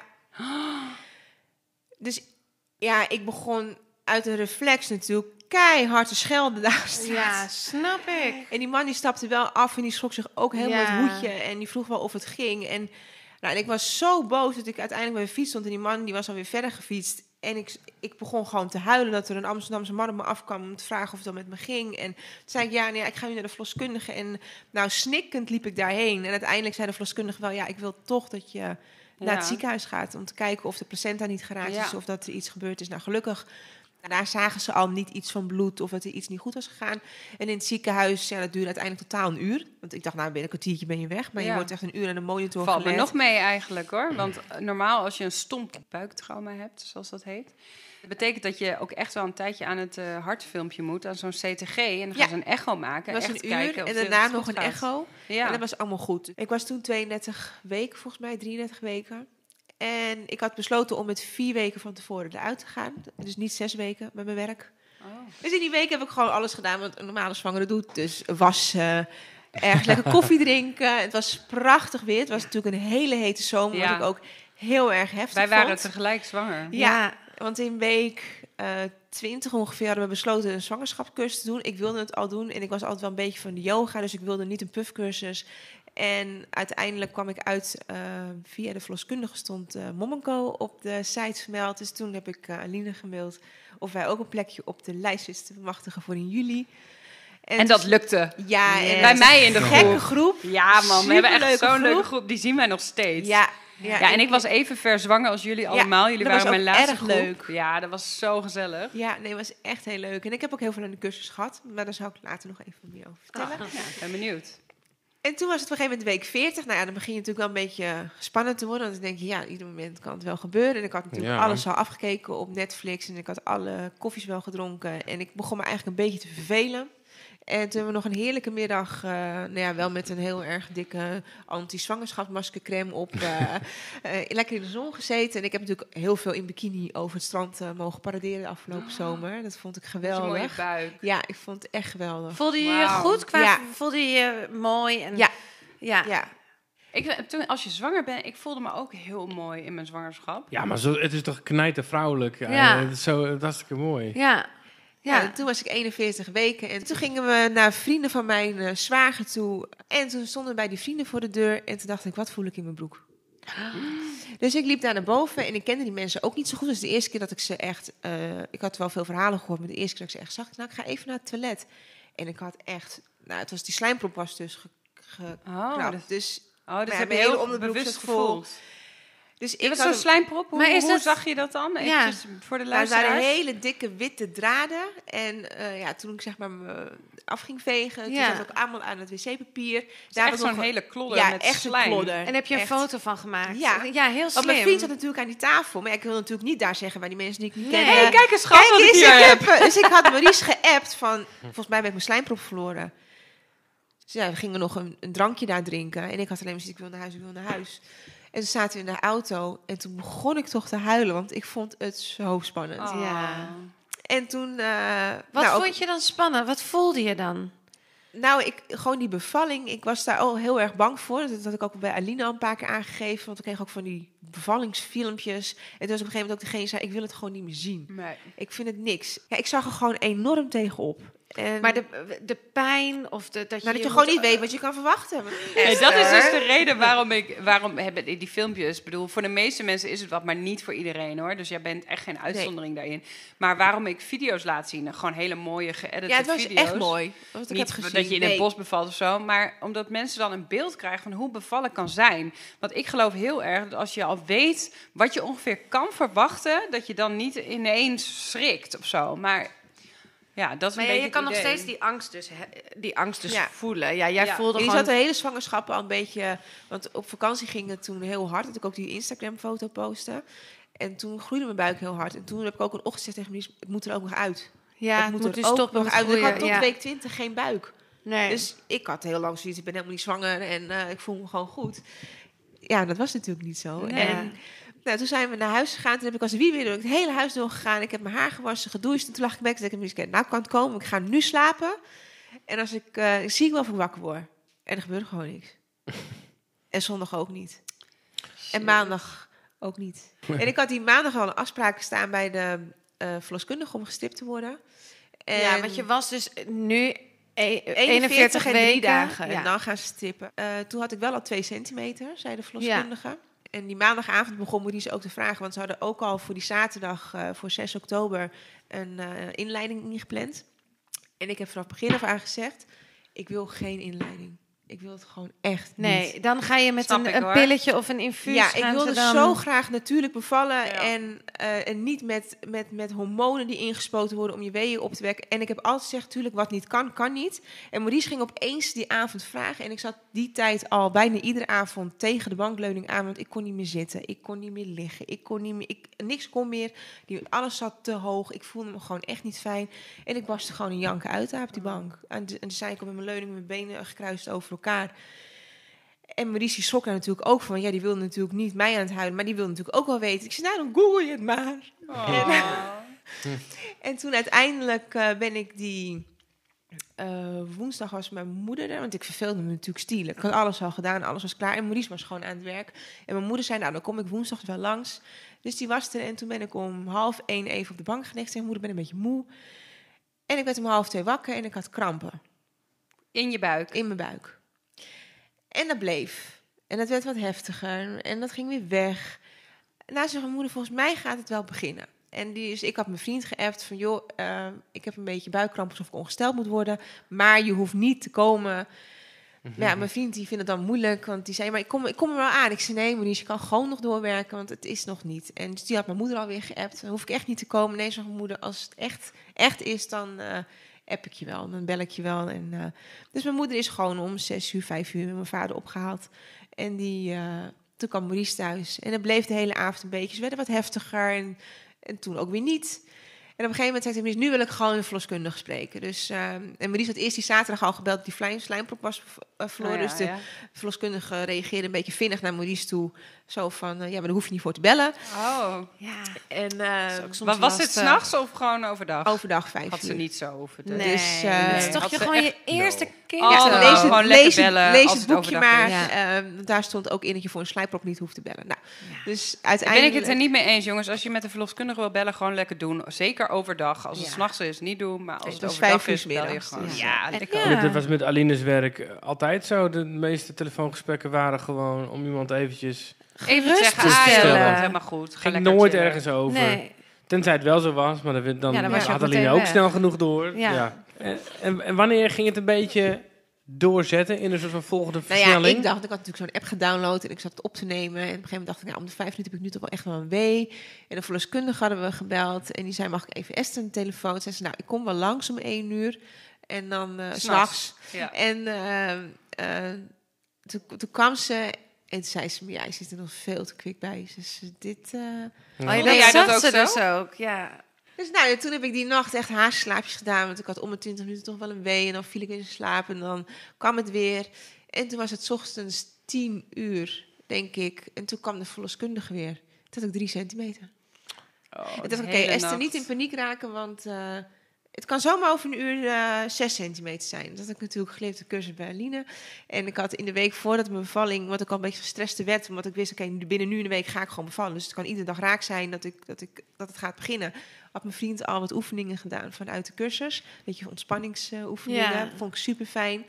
Dus ja, ik begon uit een reflex natuurlijk keihard te schelden daar. Ja, snap ik. En die man die stapte wel af en die schrok zich ook helemaal ja. het hoedje. En die vroeg wel of het ging. En, nou, en ik was zo boos dat ik uiteindelijk bij mijn fiets stond. En die man die was alweer verder gefietst. En ik, ik begon gewoon te huilen dat er een Amsterdamse man op me afkwam om te vragen of het dan met me ging. En toen zei ik, ja, nee, ik ga nu naar de verloskundige. En nou, snikkend liep ik daarheen. En uiteindelijk zei de verloskundige wel, ja, ik wil toch dat je naar het ziekenhuis gaat om te kijken of de placenta niet geraakt ja. is of dat er iets gebeurd is. Nou, gelukkig, daar zagen ze al niet iets van bloed of dat er iets niet goed was gegaan. En in het ziekenhuis, ja, dat duurde uiteindelijk totaal een uur. Want ik dacht, nou, binnen een kwartiertje ben je weg. Maar ja. je wordt echt een uur aan de monitor Valt gelegd. me nog mee eigenlijk, hoor. Want normaal als je een stomp buiktrauma hebt, zoals dat heet, dat betekent dat je ook echt wel een tijdje aan het uh, hartfilmpje moet, aan zo'n C T G. En dan gaan ja. ze een echo maken. Dat was echt een uur kijken en daarna nog een gaat. echo. Ja. En dat was allemaal goed. Ik was toen tweeëndertig weken, volgens mij drieëndertig weken. En ik had besloten om met vier weken van tevoren eruit te gaan. Dus niet zes weken met mijn werk. Oh. Dus in die week heb ik gewoon alles gedaan wat een normale zwangere doet. Dus wassen, ergens lekker koffie drinken. Het was prachtig weer. Het was natuurlijk een hele hete zomer, ja. wat ik ook heel erg heftig Wij waren vond. tegelijk zwanger. Ja, ja. Want in week uh, twintig ongeveer hadden we besloten een zwangerschapscursus te doen. Ik wilde het al doen en ik was altijd wel een beetje van de yoga, dus ik wilde niet een puffcursus. En uiteindelijk kwam ik uit, uh, via de verloskundige stond uh, Mom en Co op de site vermeld. Dus toen heb ik uh, Aline gemaild of wij ook een plekje op de lijst wisten te bemachtigen voor in juli. En, en dat lukte. Ja, en bij mij in de groep. Gekke groep. Ja man, we hebben echt zo'n groep. leuke groep. Die zien wij nog steeds. Ja. Ja, ja, en ik was even ver zwanger als jullie allemaal. Ja, jullie waren mijn laatste erg groep. leuk. Ja, dat was zo gezellig. Ja, nee, het was echt heel leuk. En ik heb ook heel veel aan de cursus gehad. Maar daar zou ik later nog even meer over vertellen. Ah, ja, ik ben benieuwd. En toen was het op een gegeven moment week veertig. Nou ja, dan begin je natuurlijk wel een beetje spannend te worden. Want dan denk je, ja, ieder moment kan het wel gebeuren. En ik had natuurlijk ja. alles al afgekeken op Netflix. En ik had alle koffies wel gedronken. En ik begon me eigenlijk een beetje te vervelen. En toen hebben we nog een heerlijke middag, uh, nou ja, wel met een heel erg dikke anti-zwangerschapsmaskercrème op. Uh, uh, lekker in de zon gezeten. En ik heb natuurlijk heel veel in bikini over het strand uh, mogen paraderen de afgelopen oh. zomer. Dat vond ik geweldig. Een mooie buik. Ja, ik vond het echt geweldig. Voelde je je wow. goed? Qua ja. Voelde je je mooi? En ja. Ja. ja. Ik, toen, als je zwanger bent, ik voelde me ook heel mooi in mijn zwangerschap. Ja, maar zo, het is toch knijter vrouwelijk. Ja, ja. Het is zo het is hartstikke mooi. Ja. Ja, ja, toen was ik eenenveertig weken en toen gingen we naar vrienden van mijn uh, zwager toe. En toen stonden we bij die vrienden voor de deur en toen dacht ik, wat voel ik in mijn broek? Dus ik liep daar naar boven en ik kende die mensen ook niet zo goed. Dus de eerste keer dat ik ze echt, uh, ik had wel veel verhalen gehoord, maar de eerste keer dat ik ze echt zag, nou ik ga even naar het toilet. En ik had echt, nou het was die slijmprop was dus geknapt. Oh, dus, dus, oh, dus heb je heel onderbewust gevoeld. Dus ik je was zo'n slijmprop. Hoe, maar is hoe dat... zag je dat dan? Even ja. voor de luisteraars. Nou, het waren hele dikke witte draden. En uh, ja, toen ik zeg maar me af ging vegen, toen ja. zat ook allemaal aan het wc-papier. Daar echt zo'n nog... hele klodder ja, met echt slijm. Klodder. En heb je een echt. foto van gemaakt? Ja, ja heel slim. Want mijn vriend zat natuurlijk aan die tafel. Maar ik wil natuurlijk niet daar zeggen bij die mensen die ik niet nee. ken. Hé, hey, kijk eens schat kijk wat ik eens, hier ik heb. heb. Dus ik had Maurice geappt van, volgens mij ben ik mijn slijmprop verloren. Dus ja, we gingen nog een, een drankje daar drinken. En ik had alleen maar gezegd, ik wil naar huis, ik wil naar huis. En toen zaten we in de auto en toen begon ik toch te huilen, want ik vond het zo spannend. Oh. Ja. En toen... Uh, Wat nou, vond je dan spannend? Wat voelde je dan? Nou, ik, gewoon die bevalling, ik was daar al heel erg bang voor. Dat had ik ook bij Aline al een paar keer aangegeven, want ik kreeg ook van die bevallingsfilmpjes. En toen was op een gegeven moment ook degene die zei, ik wil het gewoon niet meer zien. Nee. Ik vind het niks. Ja, ik zag er gewoon enorm tegenop. En maar de, de pijn of de, dat, nou, je, dat je gewoon niet weet wat je kan verwachten. Nee, dat is dus de reden waarom ik waarom hebben die filmpjes. Ik bedoel, voor de meeste mensen is het wat, maar niet voor iedereen hoor. Dus jij bent echt geen uitzondering nee. daarin. Maar waarom ik video's laat zien, gewoon hele mooie geëdite video's. Ja, het was video's. echt mooi. Wat ik niet heb gezien. Dat je in nee. het bos bevalt of zo, maar omdat mensen dan een beeld krijgen van hoe bevallen kan zijn. Want ik geloof heel erg dat als je al weet wat je ongeveer kan verwachten, dat je dan niet ineens schrikt of zo. Maar ja, dat is maar een ja, beetje je kan nog steeds die angst dus, die angst dus ja. voelen. Ja, jij ja. voelde en gewoon... zat de hele zwangerschap al een beetje... Want op vakantie ging het toen heel hard. Dat ik ook die Instagram-foto postte. En toen groeide mijn buik heel hard. En toen heb ik ook een ochtend gezegd tegen me, het moet er ook nog uit. Ja, het, het moet, moet er ook nog uit. Groeien, ik had tot ja. week twintig geen buik. Nee. Dus ik had heel lang zoiets, ik ben helemaal niet zwanger. En uh, ik voel me gewoon goed. Ja, dat was natuurlijk niet zo. Nee. En... Nou, toen zijn we naar huis gegaan. Toen heb ik als wie weer door het hele huis doorgegaan. Ik heb mijn haar gewassen, gedoucht. En toen lag ik weg. Toen dacht ik, nou kan het komen. Ik ga nu slapen. En als ik, uh, ik zie ik wel of ik wakker word. En er gebeurde gewoon niks. En zondag ook niet. Shit. En maandag ook niet. En ik had die maandag al een afspraak staan bij de uh, verloskundige om gestipt te worden. En ja, want je was dus nu e- eenenveertig en weken. drie dagen. Ja. En dan gaan ze stippen. Uh, toen had ik wel al twee centimeter, zei de verloskundige. Ja. En die maandagavond begon Maurice ook te vragen, want ze hadden ook al voor die zaterdag, uh, voor zes oktober, een uh, inleiding ingepland. En ik heb vanaf begin af aan gezegd, ik wil geen inleiding. Ik wil het gewoon echt nee, niet. Nee, dan ga je met een, een pilletje of een infuus. Ja, ik wilde dan... zo graag natuurlijk bevallen. Ja. En, uh, en niet met, met, met hormonen die ingespoten worden om je weeën op te wekken. En ik heb altijd gezegd, natuurlijk, wat niet kan, kan niet. En Maurice ging opeens die avond vragen. En ik zat die tijd al bijna iedere avond tegen de bankleuning aan. Want ik kon niet meer zitten. Ik kon niet meer liggen. Ik kon niet meer, ik, niks kon meer. Die, alles zat te hoog. Ik voelde me gewoon echt niet fijn. En ik barstte gewoon een janken uit daar op die bank. En, en toen zei ik op met mijn leuning, mijn benen gekruist over elkaar. En Maurice schrok er natuurlijk ook van. Ja, die wilde natuurlijk niet mij aan het huilen, maar die wilde natuurlijk ook wel weten. Ik zei, nou, dan google je het maar. Oh. En, en toen uiteindelijk uh, ben ik die... Uh, woensdag was mijn moeder er, want ik verveelde me natuurlijk stielen. Ik had alles al gedaan, alles was klaar. En Maurice was gewoon aan het werk. En mijn moeder zei, nou, dan kom ik woensdag wel langs. Dus die was er. En toen ben ik om half één even op de bank gelegd. En moeder, ben een beetje moe. En ik werd om half twee wakker en ik had krampen. In je buik? In mijn buik. En dat bleef. En dat werd wat heftiger. En dat ging weer weg. Nou, zei mijn moeder, volgens mij gaat het wel beginnen. En die is, ik had mijn vriend geappt van, joh, uh, ik heb een beetje buikkramp alsof ik ongesteld moet worden. Maar je hoeft niet te komen. Mm-hmm. Ja, mijn vriend die vindt het dan moeilijk, want die zei, maar ik kom, ik kom er wel aan. Ik zei, nee, Maurice, je kan gewoon nog doorwerken, want het is nog niet. En dus die had mijn moeder alweer geappt. Dan hoef ik echt niet te komen. Nee, zei mijn moeder, als het echt, echt is, dan... Uh, app ik je wel, dan bel ik je wel. En, uh, dus mijn moeder is gewoon om zes uur, vijf uur met mijn vader opgehaald. En die, uh, toen kwam Maurice thuis. En het bleef de hele avond een beetje. Ze werden wat heftiger en, en toen ook weer niet. En op een gegeven moment zei hij, nu wil ik gewoon een verloskundige spreken. Dus, uh, en Maurice had eerst die zaterdag al gebeld dat die slijmprop was uh, verloren. Oh ja, dus de ja. verloskundige reageerde een beetje vinnig naar Maurice toe. Zo van, uh, ja, maar daar hoef je niet voor te bellen. Oh. Ja. En, uh, maar was het s'nachts of gewoon overdag? Overdag, vijf Had uur. ze niet zo hoeven te nee. Dus, uh, dat is toch je gewoon je eerste no. kind? Oh, ja, no. lees het, gewoon lees lekker bellen. Lees het het boekje maar. Ja. Uh, daar stond ook in dat je voor een slijmprop niet hoeft te bellen. Nou, ja. dus uiteindelijk... Ben ik het er niet mee eens, jongens. Als je met een verloskundige wil bellen, gewoon lekker doen. Zeker overdag. Als het ja. 's nachts is, niet doen. Maar als nee, het, het overdag vijf is, bel je gewoon. Dus ja, ja. lekker. Ja. Dat was met Aline's werk altijd zo. De meeste telefoongesprekken waren gewoon om iemand eventjes... Even zeggen, ah, ja, dat komt helemaal goed. Ga ging nooit chillen. ergens over. Nee. Tenzij het wel zo was, maar dan, dan, ja, dan was had Aline ook weg. snel genoeg door. Ja. Ja. En, en, en wanneer ging het een beetje doorzetten in een soort van volgende nou versnelling? Ja, ik dacht, ik had natuurlijk zo'n app gedownload en ik zat het op te nemen. En op een gegeven moment dacht ik, nou, om de vijf minuten heb ik nu toch wel echt wel een wee. En de verloskundige hadden we gebeld en die zei, mag ik even Esther een telefoon? Zei ze, nou, ik kom wel langs om één uur en dan uh, s'nachts. Ja. En uh, uh, toen, toen kwam ze... En toen zei ze, ja, je zit er nog veel te kwik bij. Dus dit... Uh... Oh, ja, dat jij dat ook ze zo? dus ook, ja. Dus nou, toen heb ik die nacht echt haarslaapjes gedaan. Want ik had om de twintig minuten toch wel een wee. En dan viel ik in slaap en dan kwam het weer. En toen was het 's ochtends tien uur, denk ik. En toen kwam de verloskundige weer. Toen had ik drie centimeter. Oh, en toen dacht ik, oké, okay, Esther, niet in paniek raken, want... Uh, Het kan zomaar over een uur uh, zes centimeter zijn. Dat had ik natuurlijk geleerd op de cursus bij Aline. En ik had in de week voordat mijn bevalling, wat ik al een beetje gestrest werd, omdat ik wist, oké, okay, binnen nu een week ga ik gewoon bevallen. Dus het kan iedere dag raak zijn dat, ik, dat, ik, dat het gaat beginnen. Had mijn vriend al wat oefeningen gedaan vanuit de cursus. Weet je, ontspanningsoefeningen. Ja. Vond ik super fijn.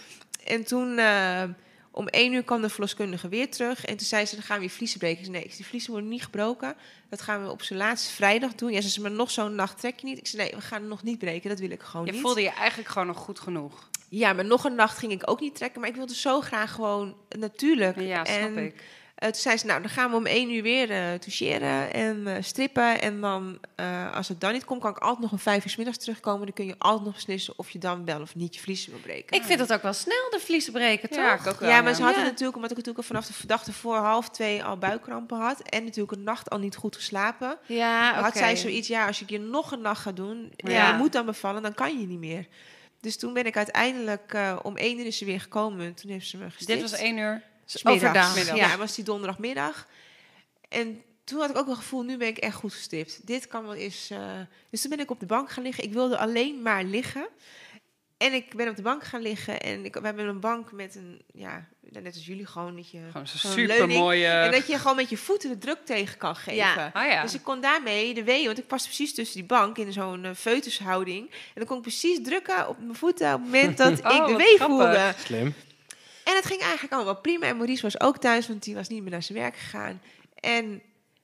En toen, uh, om één uur kwam de verloskundige weer terug. En toen zei ze, dan gaan we je vliezen breken. Ik zei, nee, die vliezen worden niet gebroken. Dat gaan we op zijn laatste vrijdag doen. Ja, ze zei, maar nog zo'n nacht trek je niet. Ik zei, nee, we gaan het nog niet breken. Dat wil ik gewoon je niet. Je voelde je eigenlijk gewoon nog goed genoeg. Ja, maar nog een nacht ging ik ook niet trekken. Maar ik wilde zo graag gewoon natuurlijk. Ja, snap en, ik. Uh, toen zei ze, nou, dan gaan we om één uur weer uh, toucheren en uh, strippen. En dan, uh, als het dan niet komt, kan ik altijd nog om vijf uur 's middags terugkomen. Dan kun je altijd nog beslissen of je dan wel of niet je vliezen wil breken. Ik vind het ook wel snel, de vliezen breken, toch? Ja, ik ook wel, ja, maar ze ja. hadden ja. natuurlijk, omdat ik natuurlijk al vanaf de dag ervoor half twee al buikkrampen had. En natuurlijk een nacht al niet goed geslapen. Ja, oké. Had zij zoiets, ja, als ik je nog een nacht ga doen, ja. Ja, je moet dan bevallen, dan kan je niet meer. Dus toen ben ik uiteindelijk, uh, om één uur is ze weer gekomen. Toen heeft ze me gestipt. Dit was één uur? Overdag. Middag. Ja, was die donderdagmiddag. En toen had ik ook wel het gevoel, nu ben ik echt goed gestipt. Dit kan wel eens... Uh, dus toen ben ik op de bank gaan liggen. Ik wilde alleen maar liggen. En ik ben op de bank gaan liggen. En ik, we hebben een bank met een... Ja, net als jullie, gewoon dat je... Gewoon zo'n supermooie... En dat je gewoon met je voeten de druk tegen kan geven. Ja. Oh ja. Dus ik kon daarmee de weeën... Want ik paste precies tussen die bank in zo'n uh, foetushouding. En dan kon ik precies drukken op mijn voeten... op het moment dat oh, ik de wee grappig. voelde. Slim. En het ging eigenlijk allemaal wel prima. En Maurice was ook thuis, want die was niet meer naar zijn werk gegaan. En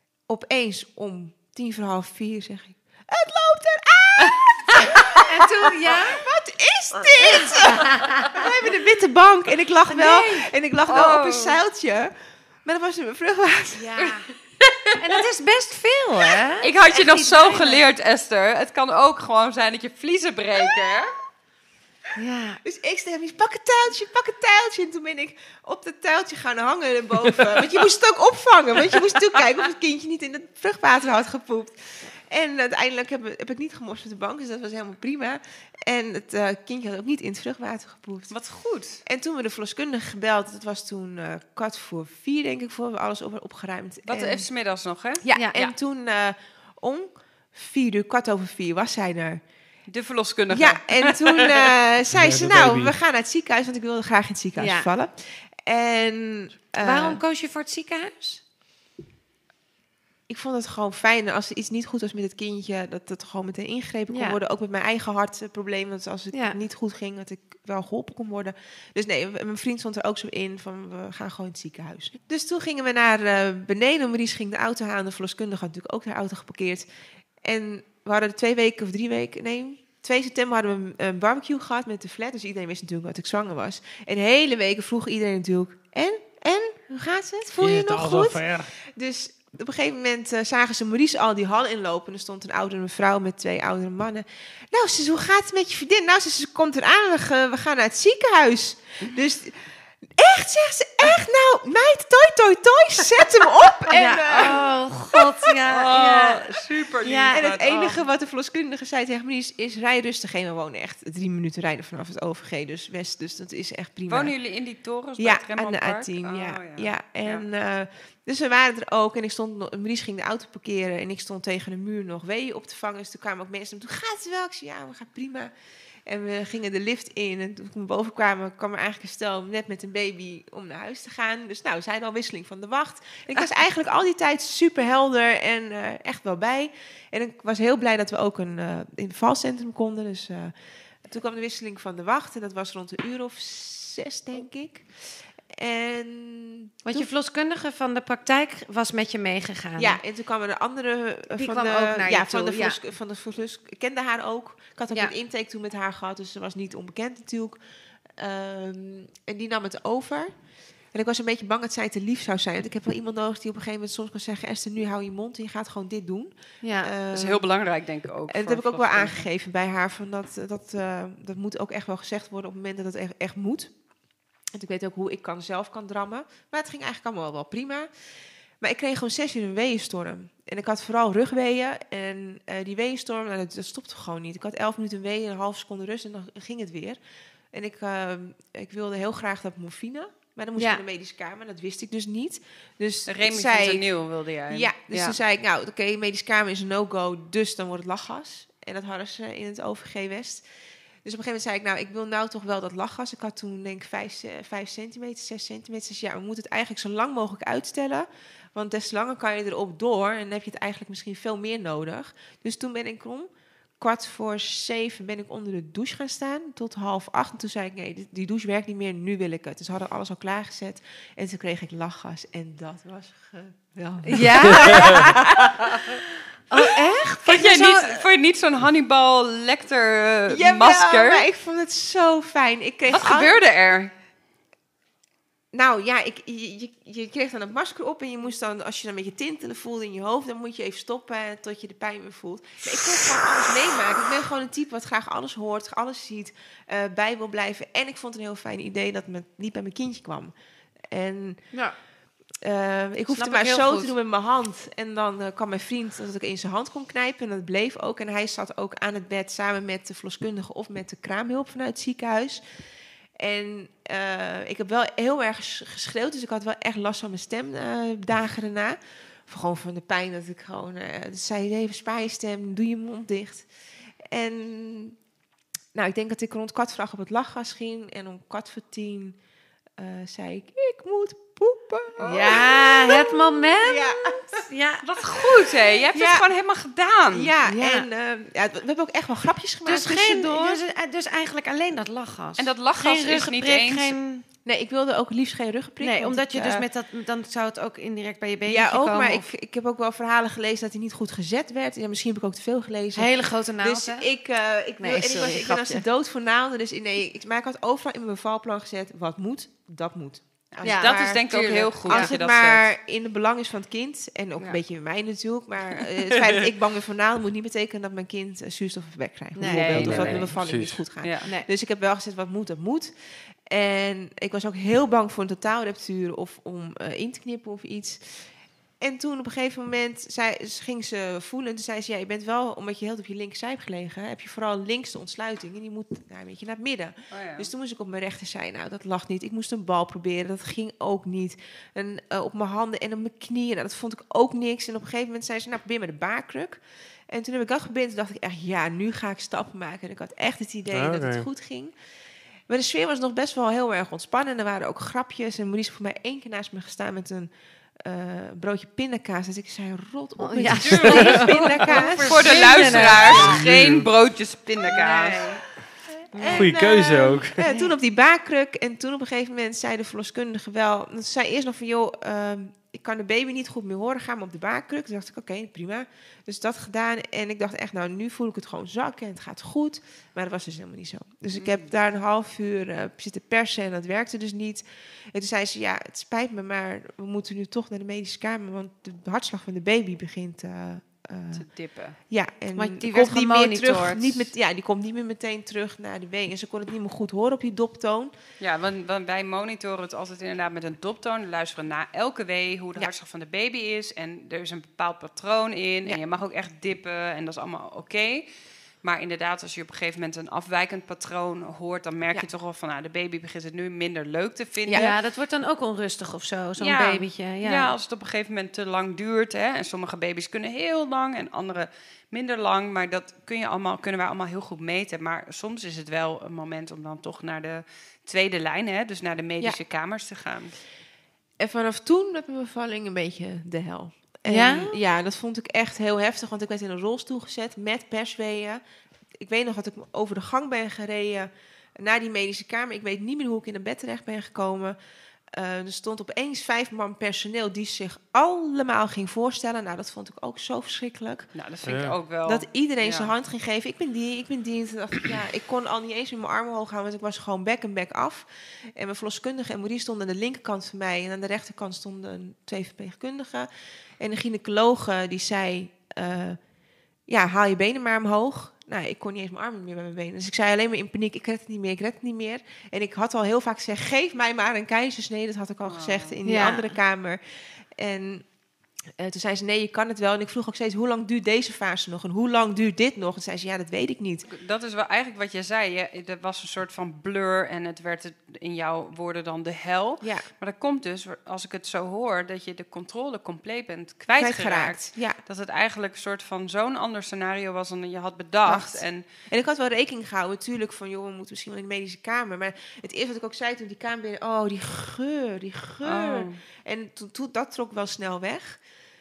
opeens om tien voor half vier zeg ik... Het loopt eruit! En toen, ja? Wat is dit? We hebben een witte bank en ik lag wel, Nee. en ik lag wel Oh. op een zuiltje. Maar dat was in mijn vruchtwater. Ja. En dat is best veel, hè? Ik had je Echt nog niet zo weinig. geleerd, Esther. Het kan ook gewoon zijn dat je vliezen breken. Ja. Dus ik zei, pak een tuiltje, pak een tuiltje. En toen ben ik op dat tuiltje gaan hangen erboven. Want je moest het ook opvangen. Want je moest natuurlijk kijken of het kindje niet in het vruchtwater had gepoept. En uiteindelijk heb, heb ik niet gemorst op de bank. Dus dat was helemaal prima. En het uh, kindje had ook niet in het vruchtwater gepoept. Wat goed. En toen we de verloskundige gebeld. Dat was toen uh, kwart voor vier, denk ik, voor we alles op, opgeruimd. Wat en, even 's middags nog, hè? Ja, Ja. en Ja. toen uh, om vier uur, kwart over vier, was zij er. De verloskundige. Ja, en toen uh, zei Ja, ze, de nou, baby. we gaan naar het ziekenhuis, want ik wilde graag in het ziekenhuis Ja. vallen. En uh, Waarom koos je voor het ziekenhuis? ik vond het gewoon fijn als er iets niet goed was met het kindje, dat het gewoon meteen ingegrepen kon Ja. worden. Ook met mijn eigen hartprobleem, dat als het Ja. niet goed ging, dat ik wel geholpen kon worden. Dus nee, w- mijn vriend stond er ook zo in van, we gaan gewoon in het ziekenhuis. Dus toen gingen we naar uh, beneden. Maurice ging de auto halen. De verloskundige had natuurlijk ook de auto geparkeerd. En we hadden twee weken of drie weken, nee, twee september hadden we een, een barbecue gehad met de flat. Dus iedereen wist natuurlijk dat ik zwanger was. En de hele weken vroeg iedereen natuurlijk, en? En? Hoe gaat het? Voel je je nog goed? Dus op een gegeven moment uh, zagen ze Maurice al die hal inlopen. En er stond een oudere mevrouw met twee oudere mannen. Nou, ze, hoe gaat het met je vriendin? Nou, ze, ze komt eraan, we, ge- we gaan naar het ziekenhuis. Dus echt, zegt ze, echt? Nou, meid, toi, toi, toi, zet hem op. En, ja. uh, Oh, god, ja. ja. Oh, super lief. Ja, en het Oh. enige wat de verloskundige zei tegen Maurice is, rij rustig heen. We wonen echt drie minuten rijden vanaf het O V G, dus West. Dus dat is echt prima. Wonen jullie in die torens bij Ja, het aan de Rembrandtpark? A tien, Oh, ja. ja. ja. En, ja. Uh, dus we waren er ook. En ik stond, nog- Maurice ging de auto parkeren. En ik stond tegen de muur nog weeën op te vangen. Dus toen kwamen ook mensen. Toen gaat het wel. Ik zei, ja, we gaan prima. En we gingen de lift in. En toen we boven kwamen, kwam er eigenlijk een stel net met een baby om naar huis te gaan. Dus nou, we zijn al wisseling van de wacht. En ik was eigenlijk al die tijd super helder en uh, echt wel bij. En ik was heel blij dat we ook een, uh, in het valcentrum konden. Dus uh, toen kwam de wisseling van de wacht. En dat was rond een uur of zes, denk ik. En Want toen- je verloskundige van de praktijk was met je meegegaan. ja, en toen kwamen de andere uh, Die van kwam de, ook naar ja, je van toe, de ja. verlos- van de verlos- ik kende haar ook. Ik had ook Ja. een intake toen met haar gehad, dus ze was niet onbekend natuurlijk. Um, en die nam het over. En ik was een beetje bang dat zij te lief zou zijn. Want ik heb wel iemand nodig die op een gegeven moment soms kan zeggen, Esther, nu hou je mond en je gaat gewoon dit doen. Ja. Uh, Dat is heel belangrijk, denk ik ook. En dat heb ik ook wel aangegeven bij haar. Van dat, dat, uh, dat moet ook echt wel gezegd worden op het moment dat het echt, echt moet. En ik weet ook hoe ik kan, zelf kan drammen. Maar het ging eigenlijk allemaal wel prima. Maar ik kreeg gewoon zes uur een weeënstorm. En ik had vooral rugweeën. En uh, die weeënstorm, nou, dat, dat stopte gewoon niet. Ik had elf minuten weeën en een half seconde rust en dan ging het weer. En ik, uh, ik wilde heel graag dat morfine. Maar dan moest Ja. ik in de medische kamer. Dat wist ik dus niet. Dus Remifentanil wilde jij. ja, dus toen zei ik, nou, oké, okay, medische kamer is een no-go, dus dan wordt het lachgas. En dat hadden ze in het O V G West. Dus op een gegeven moment zei ik, nou, ik wil nou toch wel dat lachgas. Ik had toen denk ik vijf, vijf centimeter, zes centimeter. Dus ja, we moeten het eigenlijk zo lang mogelijk uitstellen. Want des te langer kan je erop door. En dan heb je het eigenlijk misschien veel meer nodig. Dus toen ben ik om kwart voor zeven ben ik onder de douche gaan staan. Tot half acht. En toen zei ik, nee, die douche werkt niet meer. Nu wil ik het. Dus we hadden alles al klaargezet. En toen kreeg ik lachgas. En dat was geweldig. Ja? Oh, echt? Vond je, zo... niet, vond je niet zo'n Hannibal Lecter uh, ja, masker? Maar ik vond het zo fijn. Ik kreeg Wat al... gebeurde er? Nou ja, ik, je, je, je kreeg dan een masker op en je moest dan, als je dan met je tintelen voelde in je hoofd, dan moet je even stoppen tot je de pijn weer voelt. Maar ik kon gewoon alles meemaken. Ik ben gewoon een type wat graag alles hoort, alles ziet, uh, bij wil blijven. En ik vond het een heel fijn idee dat het niet bij mijn kindje kwam. En ja. Uh, ik hoefde maar zo goed. te doen met mijn hand. En dan uh, kwam mijn vriend dat ik in zijn hand kon knijpen. En dat bleef ook. En hij zat ook aan het bed samen met de verloskundige of met de kraamhulp vanuit het ziekenhuis. En uh, ik heb wel heel erg geschreeuwd. Dus ik had wel echt last van mijn stem uh, dagen daarna. Of gewoon van de pijn dat ik gewoon... Uh, dus zei, even spaar je stem, doe je mond dicht. En nou, ik denk dat ik rond kwart voor acht op het lachgas ging. En om kwart voor tien uh, zei ik, ik moet poepen. Ja, het moment. Ja. Ja. Wat goed, hè? Je hebt ja. het gewoon helemaal gedaan. Ja, ja. en uh, ja, we hebben ook echt wel grapjes gemaakt. Dus, geen, dus, dus eigenlijk alleen dat lachgas. En dat lachgas is niet eens... Geen... Nee, ik wilde ook liefst geen ruggenprik. Nee, omdat ik, je uh, dus met dat... Dan zou het ook indirect bij je been ja, ook, komen. maar of... ik, ik heb ook wel verhalen gelezen dat hij niet goed gezet werd. Ja, misschien heb ik ook te veel gelezen. Hele grote naalden. Dus ik, uh, ik, nee, wil, sorry, en ik, was, ik ben als de dood voor naalden. Dus nee, ik, maar ik had overal in mijn bevalplan gezet, wat moet, dat moet. Als ja, dat maar, is denk ik ook heel goed. Als dat het je dat maar zet. in het belang is van het kind. En ook ja. een beetje in mij natuurlijk. Maar uh, het feit dat ik bang ben voor naalden moet niet betekenen dat mijn kind uh, zuurstof op het bek krijgt. Nee, bijvoorbeeld. nee, Of dat nee, mijn bevalling precies. niet goed gaat. Ja. Nee. Dus ik heb wel gezegd, wat moet, dat moet. En ik was ook heel bang voor een totaalruptuur of om uh, in te knippen of iets. En toen op een gegeven moment zei, ging ze voelen. En toen zei ze, ja, je bent wel, omdat je heel op je linkerzij hebt gelegen, heb je vooral links de ontsluiting. En die moet nou, een beetje naar het midden. Oh ja. Dus toen moest ik op mijn rechterzij. Nou, dat lag niet. Ik moest een bal proberen. Dat ging ook niet. En uh, op mijn handen en op mijn knieën. Nou, dat vond ik ook niks. En op een gegeven moment zei ze, nou, probeer met de baarkruk. En toen heb ik dat geprobeerd. Toen dacht ik echt, ja, nu ga ik stappen maken. En ik had echt het idee okay. dat het goed ging. Maar de sfeer was nog best wel heel erg ontspannen. Er waren ook grapjes. En Maurice voor mij één keer naast me gestaan met een uh, broodje pindakaas. Dus ik zei, rot op met ja. die pindakaas. Voor de luisteraars, geen broodjes pindakaas. Nee. Goeie keuze uh, ook. Uh, toen op die baarkruk. En toen op een gegeven moment zei de verloskundige wel... Ze zei eerst nog van, joh, uh, ik kan de baby niet goed meer horen. Ga maar op de baarkruk. Toen dacht ik, oké, okay, prima. Dus dat gedaan. En ik dacht echt, nou, nu voel ik het gewoon zakken. En het gaat goed. Maar dat was dus helemaal niet zo. Dus ik heb daar een half uur uh, zitten persen. En dat werkte dus niet. En toen zei ze, ja, het spijt me, maar we moeten nu toch naar de medische kamer. Want de hartslag van de baby begint... Uh, Uh, te dippen. Ja, en maar die komt werd niet meer terug. Niet met, ja, die komt niet meer meteen terug naar de ween. En ze kon het niet meer goed horen op die doptoon. Ja, want, want wij monitoren het altijd inderdaad met een doptoon. We luisteren na elke wee hoe de ja. hartslag van de baby is. En er is een bepaald patroon in. Ja. En je mag ook echt dippen. En dat is allemaal oké. Okay. Maar inderdaad, als je op een gegeven moment een afwijkend patroon hoort... dan merk je ja. toch wel van, nou, de baby begint het nu minder leuk te vinden. Ja, dat wordt dan ook onrustig of zo, zo'n ja. babytje. Ja. ja, als het op een gegeven moment te lang duurt. Hè, en sommige baby's kunnen heel lang en andere minder lang. Maar dat kun je allemaal, kunnen wij allemaal heel goed meten. Maar soms is het wel een moment om dan toch naar de tweede lijn... Hè, dus naar de medische ja. kamers te gaan. En vanaf toen werd mijn bevalling een beetje de hel. En ja? Ja, dat vond ik echt heel heftig, want ik werd in een rolstoel gezet met persweeën. Ik weet nog dat ik over de gang ben gereden naar die medische kamer. Ik weet niet meer hoe ik in een bed terecht ben gekomen. Uh, er stond opeens vijf man personeel die zich allemaal ging voorstellen. Nou, dat vond ik ook zo verschrikkelijk. Nou, dat vind ja. ik ook wel. Dat iedereen ja. zijn hand ging geven. Ik ben die, ik ben die. En toen dacht ik, ja, ik kon al niet eens met mijn armen hoog houden, want ik was gewoon bek en bek af. En mijn verloskundige en Maurice stonden aan de linkerkant van mij. En aan de rechterkant stonden twee verpleegkundigen. En de gynaecologe die zei, uh, ja, haal je benen maar omhoog. Nou, ik kon niet eens mijn armen meer bij mijn benen. Dus ik zei alleen maar in paniek, ik red het niet meer, ik red het niet meer. En ik had al heel vaak gezegd, geef mij maar een keizersnee. Dat had ik al oh. gezegd in die ja. andere kamer. En Uh, toen zei ze, nee, je kan het wel. En ik vroeg ook steeds, hoe lang duurt deze fase nog? En hoe lang duurt dit nog? En toen zei ze, ja, dat weet ik niet. Dat is wel eigenlijk wat je zei. Je, er was een soort van blur en het werd het, in jouw woorden dan de hel. Ja. Maar dat komt dus, als ik het zo hoor, dat je de controle compleet bent kwijtgeraakt. Ja. Dat het eigenlijk een soort van zo'n ander scenario was dan je had bedacht. En, en ik had wel rekening gehouden, natuurlijk, van joh, we moeten misschien wel in de medische kamer. Maar het eerste wat ik ook zei toen die kamer binnen, oh, die geur, die geur. Oh. En toen, toen, dat trok wel snel weg.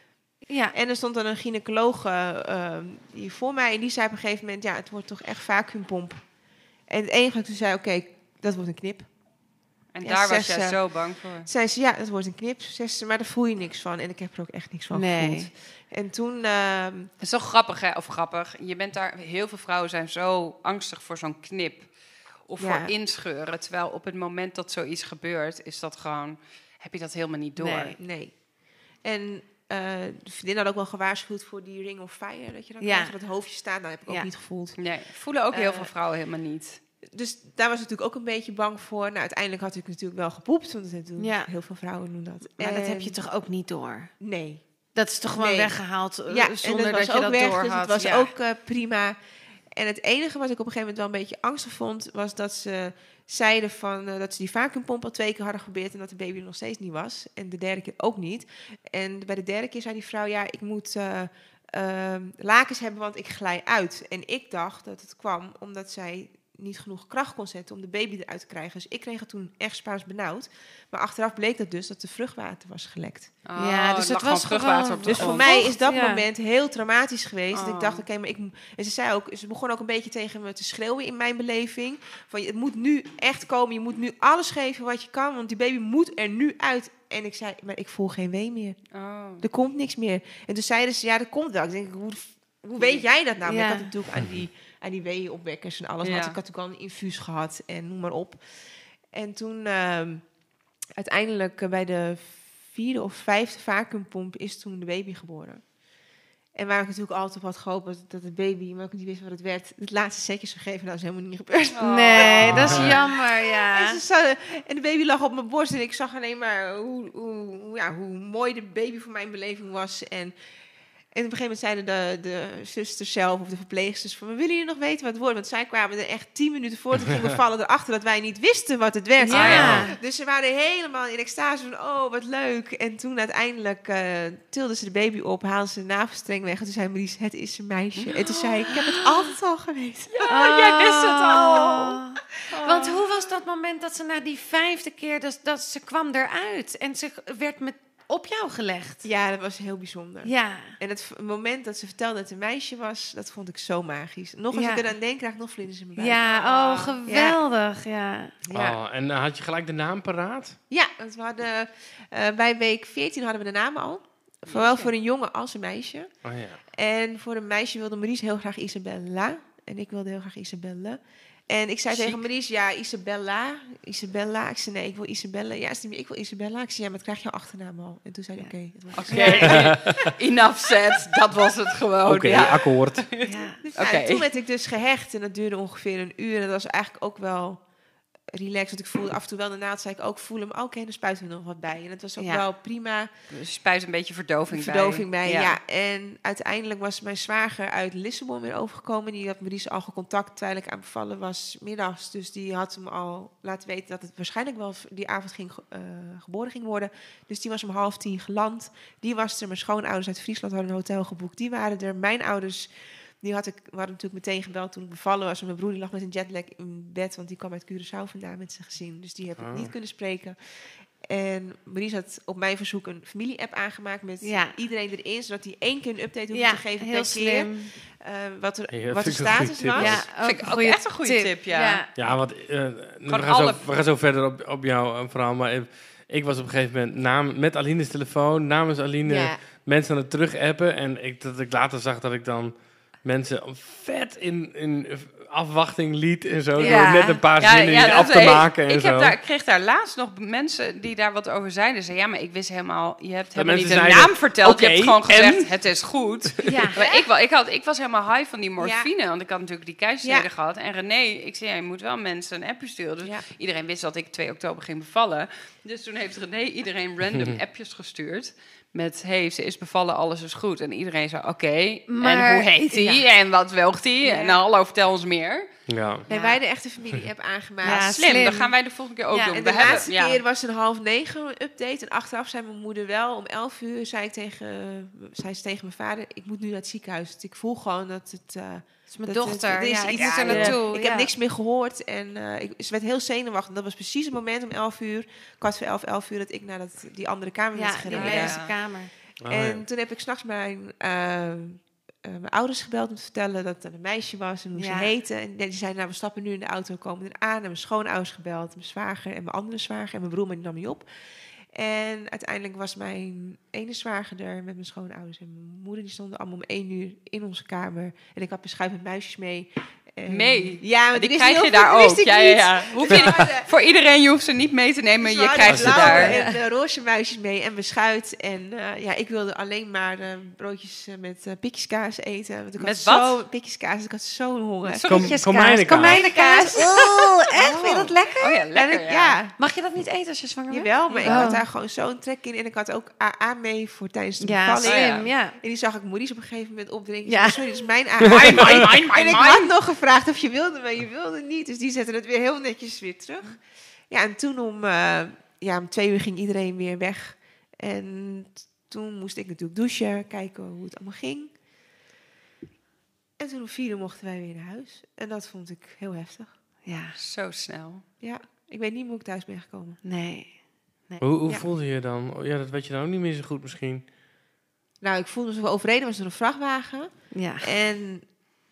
Ja. En er stond dan een gynaecoloog uh, die voor mij, en die zei op een gegeven moment, ja, het wordt toch echt vacuümpomp. En het enige wat ik toen zei, oké, okay, dat wordt een knip. En ja, daar was jij zo bang voor. Zei ze, ja, dat wordt een knip. Ze, maar daar voel je niks van. En ik heb er ook echt niks van nee. gevoeld. En toen... Uh, het is zo grappig, hè? Of grappig. Je bent daar... Heel veel vrouwen zijn zo angstig voor zo'n knip. Of ja. voor inscheuren. Terwijl op het moment dat zoiets gebeurt, is dat gewoon... Heb je dat helemaal niet door. Nee, nee. En... Uh, de vriendin had ook wel gewaarschuwd voor die ring of fire. Dat je dan ja. krijgt, dat het hoofdje staat. Nou, heb ik ook ja. niet gevoeld. Nee, voelen ook heel uh, veel vrouwen helemaal niet. Dus daar was ik natuurlijk ook een beetje bang voor. Nou, uiteindelijk had ik natuurlijk wel gepoept. Want dat doen ja. heel veel vrouwen doen dat. Maar en dat heb je toch ook niet door? Nee. Dat is toch gewoon nee. weggehaald uh, ja, zonder en dat, dat je dat weg, door dus had? Het was ja. ook uh, prima. En het enige wat ik op een gegeven moment wel een beetje angstig vond... was dat ze zeiden van, uh, dat ze die vacuümpomp al twee keer hadden geprobeerd... en dat de baby er nog steeds niet was. En de derde keer ook niet. En bij de derde keer zei die vrouw... ja, ik moet uh, uh, lakens hebben, want ik glij uit. En ik dacht dat het kwam omdat zij niet genoeg kracht kon zetten... om de baby eruit te krijgen. Dus ik kreeg het toen echt spaars benauwd. Maar achteraf bleek dat dus dat de vruchtwater was gelekt. Oh, ja, dus dat was vruchtwater op de Dus grond. voor mij is dat ja. moment heel traumatisch geweest. Oh. Dat ik dacht, oké, okay, maar ik... En ze zei ook, ze begon ook een beetje tegen me te schreeuwen in mijn beleving. Van, het moet nu echt komen. Je moet nu alles geven wat je kan. Want die baby moet er nu uit. En ik zei, maar ik voel geen wee meer. Oh. Er komt niks meer. En toen zeiden ze, ja, dat komt wel. Ik denk, hoe, hoe weet jij dat nou? Ja. Maar ik had natuurlijk aan die, aan die weeënopwekkers en alles. Ja. Had, ik had natuurlijk al een infuus gehad en noem maar op. En toen uh, uiteindelijk uh, bij de vierde of vijfde vacuümpomp is toen de baby geboren. En waar ik natuurlijk altijd op had gehoopt dat de baby, maar ik niet wist wat het werd, het laatste setje zou geven. Nou, dat is helemaal niet gebeurd. Oh. Nee, dat is jammer, ja. En, zat, en de baby lag op mijn borst en ik zag alleen maar hoe, hoe, ja, hoe mooi de baby voor mijn beleving was. En, en op een gegeven moment zeiden de, de zusters zelf of de verpleegsters van, willen jullie nog weten wat het wordt? Want zij kwamen er echt tien minuten voor te gingen vallen erachter dat wij niet wisten wat het werd. Ja. Ja. Dus ze waren helemaal in extase van, oh, wat leuk. En toen uiteindelijk uh, tilden ze de baby op, haalden ze de navelstreng weg. En toen zei Maries, het is een meisje. En toen zei ik, ik heb het altijd al geweten. Ja, oh, jij wist het al. Oh. Want hoe was dat moment dat ze na die vijfde keer, dat, dat ze kwam eruit en ze werd met op jou gelegd? Ja, dat was heel bijzonder. Ja. En het v- moment dat ze vertelde dat het een meisje was, dat vond ik zo magisch. Nog als ja. ik eraan denk, krijg ik nog vlinders in mijn buik. Ja, oh, geweldig. Ja. ja. Oh, en uh, had je gelijk de naam paraat? Ja, want we hadden, uh, bij week veertien hadden we de namen al. Zowel voor een jongen als een meisje. Oh, ja. En voor een meisje wilde Maries heel graag Isabella. En ik wilde heel graag Isabelle. En ik zei Ziek. tegen Maries, ja, Isabella, Isabella. Ik zei, nee, ik wil Isabella. Ja, ze ik wil Isabella. Ik zei, ja, maar het krijg je achternaam al. En toen zei hij, oké. Okay, oké, okay. Enough said. Dat was het gewoon. Oké, okay, ja. akkoord. Ja. Ja, okay. Toen werd ik dus gehecht en dat duurde ongeveer een uur. En dat was eigenlijk ook wel relaxed. Want ik voelde af en toe wel de naald, zei ik ook, voel hem. Oké, okay, dan spuiten we nog wat bij. En het was ook ja. wel prima. Dus spuit een beetje verdoving, verdoving bij. bij ja. ja. En uiteindelijk was mijn zwager uit Lissabon weer overgekomen. Die had Maries al gecontact terwijl ik aan bevallen was middags. Dus die had hem al laten weten dat het waarschijnlijk wel die avond ging, uh, geboren ging worden. Dus die was om half tien geland. Die was er. Mijn schoonouders uit Friesland hadden een hotel geboekt. Die waren er. Mijn ouders, die had ik, we hadden natuurlijk meteen gebeld toen ik bevallen was. En mijn broer die lag met een jetlag in bed, want die kwam uit Curaçao vandaan met zijn gezin. Dus die heb ik oh. niet kunnen spreken. En Maries had op mijn verzoek een familie-app aangemaakt met ja. iedereen erin, zodat hij één keer een update hoefde ja, te geven heel per slim. keer. Uh, wat er, ja, wat de status was. Ja, vind ik ook echt een goede tip. tip ja. ja, ja want uh, we, gaan alle... zo, we gaan zo verder op, op jouw verhaal, maar ik, ik was op een gegeven moment naam, met Aline's telefoon, namens Aline, ja. mensen aan het terugappen. En ik, dat ik later zag dat ik dan mensen vet in, in afwachting liet en zo. Ja. Door net een paar ja, zinnen ja, af te maken. En ik, zo. Heb daar, ik kreeg daar laatst nog mensen die daar wat over zeiden. Zeiden, ja, maar ik wist helemaal, je hebt helemaal niet de zeiden, naam verteld. Okay, je hebt gewoon gezegd, en? het is goed. Ja. Maar ik, wel, ik, had, ik was helemaal high van die morfine. Ja. Want ik had natuurlijk die keizersnede ja. gehad. En René, ik zei, ja, je moet wel mensen een appje sturen. Dus ja. iedereen wist dat ik twee oktober ging bevallen. Dus toen heeft René iedereen random appjes gestuurd. Met, hey, ze is bevallen, alles is goed. En iedereen zei, oké, okay, en hoe heet hij? Ja. En wat welgt hij? Ja. En hallo, vertel ons meer. Ja. Nee, wij de echte familie-app aangemaakt. Ja, slim. slim. Dat gaan wij de volgende keer ook ja, doen. En We de hebben, laatste ja. keer was een half negen een update. En achteraf zei mijn moeder wel, om elf uur zei, ik tegen, zei ze tegen mijn vader... ik moet nu naar het ziekenhuis. Dus ik voel gewoon dat het... Uh, is mijn dat dochter. Het, ja, iets, ik moet er naartoe. Ik ja. heb niks meer gehoord. En uh, ik, ze werd heel zenuwachtig. Dat was precies het moment om elf uur, kwart voor elf, elf uur... dat ik naar dat, die andere kamer ja, werd gereden. Ja, die kamer. Oh, en ja. toen heb ik s'nachts mijn, uh, uh, mijn ouders gebeld om te vertellen dat er een meisje was en hoe ja. ze heette. En die zeiden, nou, we stappen nu in de auto, komen er aan. En mijn schoonouders gebeld, mijn zwager en mijn andere zwager. En mijn broer, maar die nam me op. En uiteindelijk was mijn ene zwager er met mijn schoonouders. En mijn moeder, die stonden allemaal om één uur in onze kamer. En ik had beschuit met muisjes mee. En mee? Ja, maar die krijg je daar ook. Ja, ja, ja. Hoef je niet, voor iedereen, je hoeft ze niet mee te nemen. Dus je krijgt ze daar. En uh, roze muisjes mee en beschuit. En uh, ja, ik wilde alleen maar uh, broodjes uh, met uh, pikjeskaas eten. Want ik met had wat? Zo, pikjeskaas. Ik had zo'n honger. Komijnenkaas. Komijnenkaas. Oh, echt? Oh. Vind je dat lekker? Oh ja, lekker, ik, ja. ja. Mag je dat niet eten als je zwanger bent? Jawel, maar oh. ik had daar gewoon zo'n trek in. En ik had ook A A mee voor tijdens de ja, bevalling. Slim, ja. En die zag ik Maurice op een gegeven moment opdrinken. Ja. Sorry, dat is mijn A A. En ik had nog gevraagd of je wilde, maar je wilde niet. Dus die zetten het weer heel netjes weer terug. Ja, en toen om, uh, ja, om twee uur ging iedereen weer weg. En t- toen moest ik natuurlijk douchen, kijken hoe het allemaal ging. En toen om vier uur mochten wij weer naar huis. En dat vond ik heel heftig. Ja. Zo snel. Ja, ik weet niet hoe ik thuis ben gekomen. Nee. nee. Hoe, hoe Ja. voelde je dan? Ja, dat weet je dan ook niet meer zo goed misschien. Nou, ik voelde me overreden, was door een vrachtwagen. Ja. En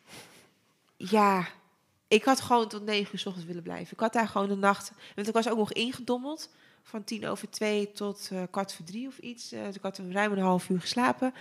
ja, ik had gewoon tot negen uur 's ochtends willen blijven. Ik had daar gewoon de nacht... Want ik was ook nog ingedommeld. Van tien over twee tot uh, kwart voor drie of iets. Uh, dus ik had een ruim een half uur geslapen.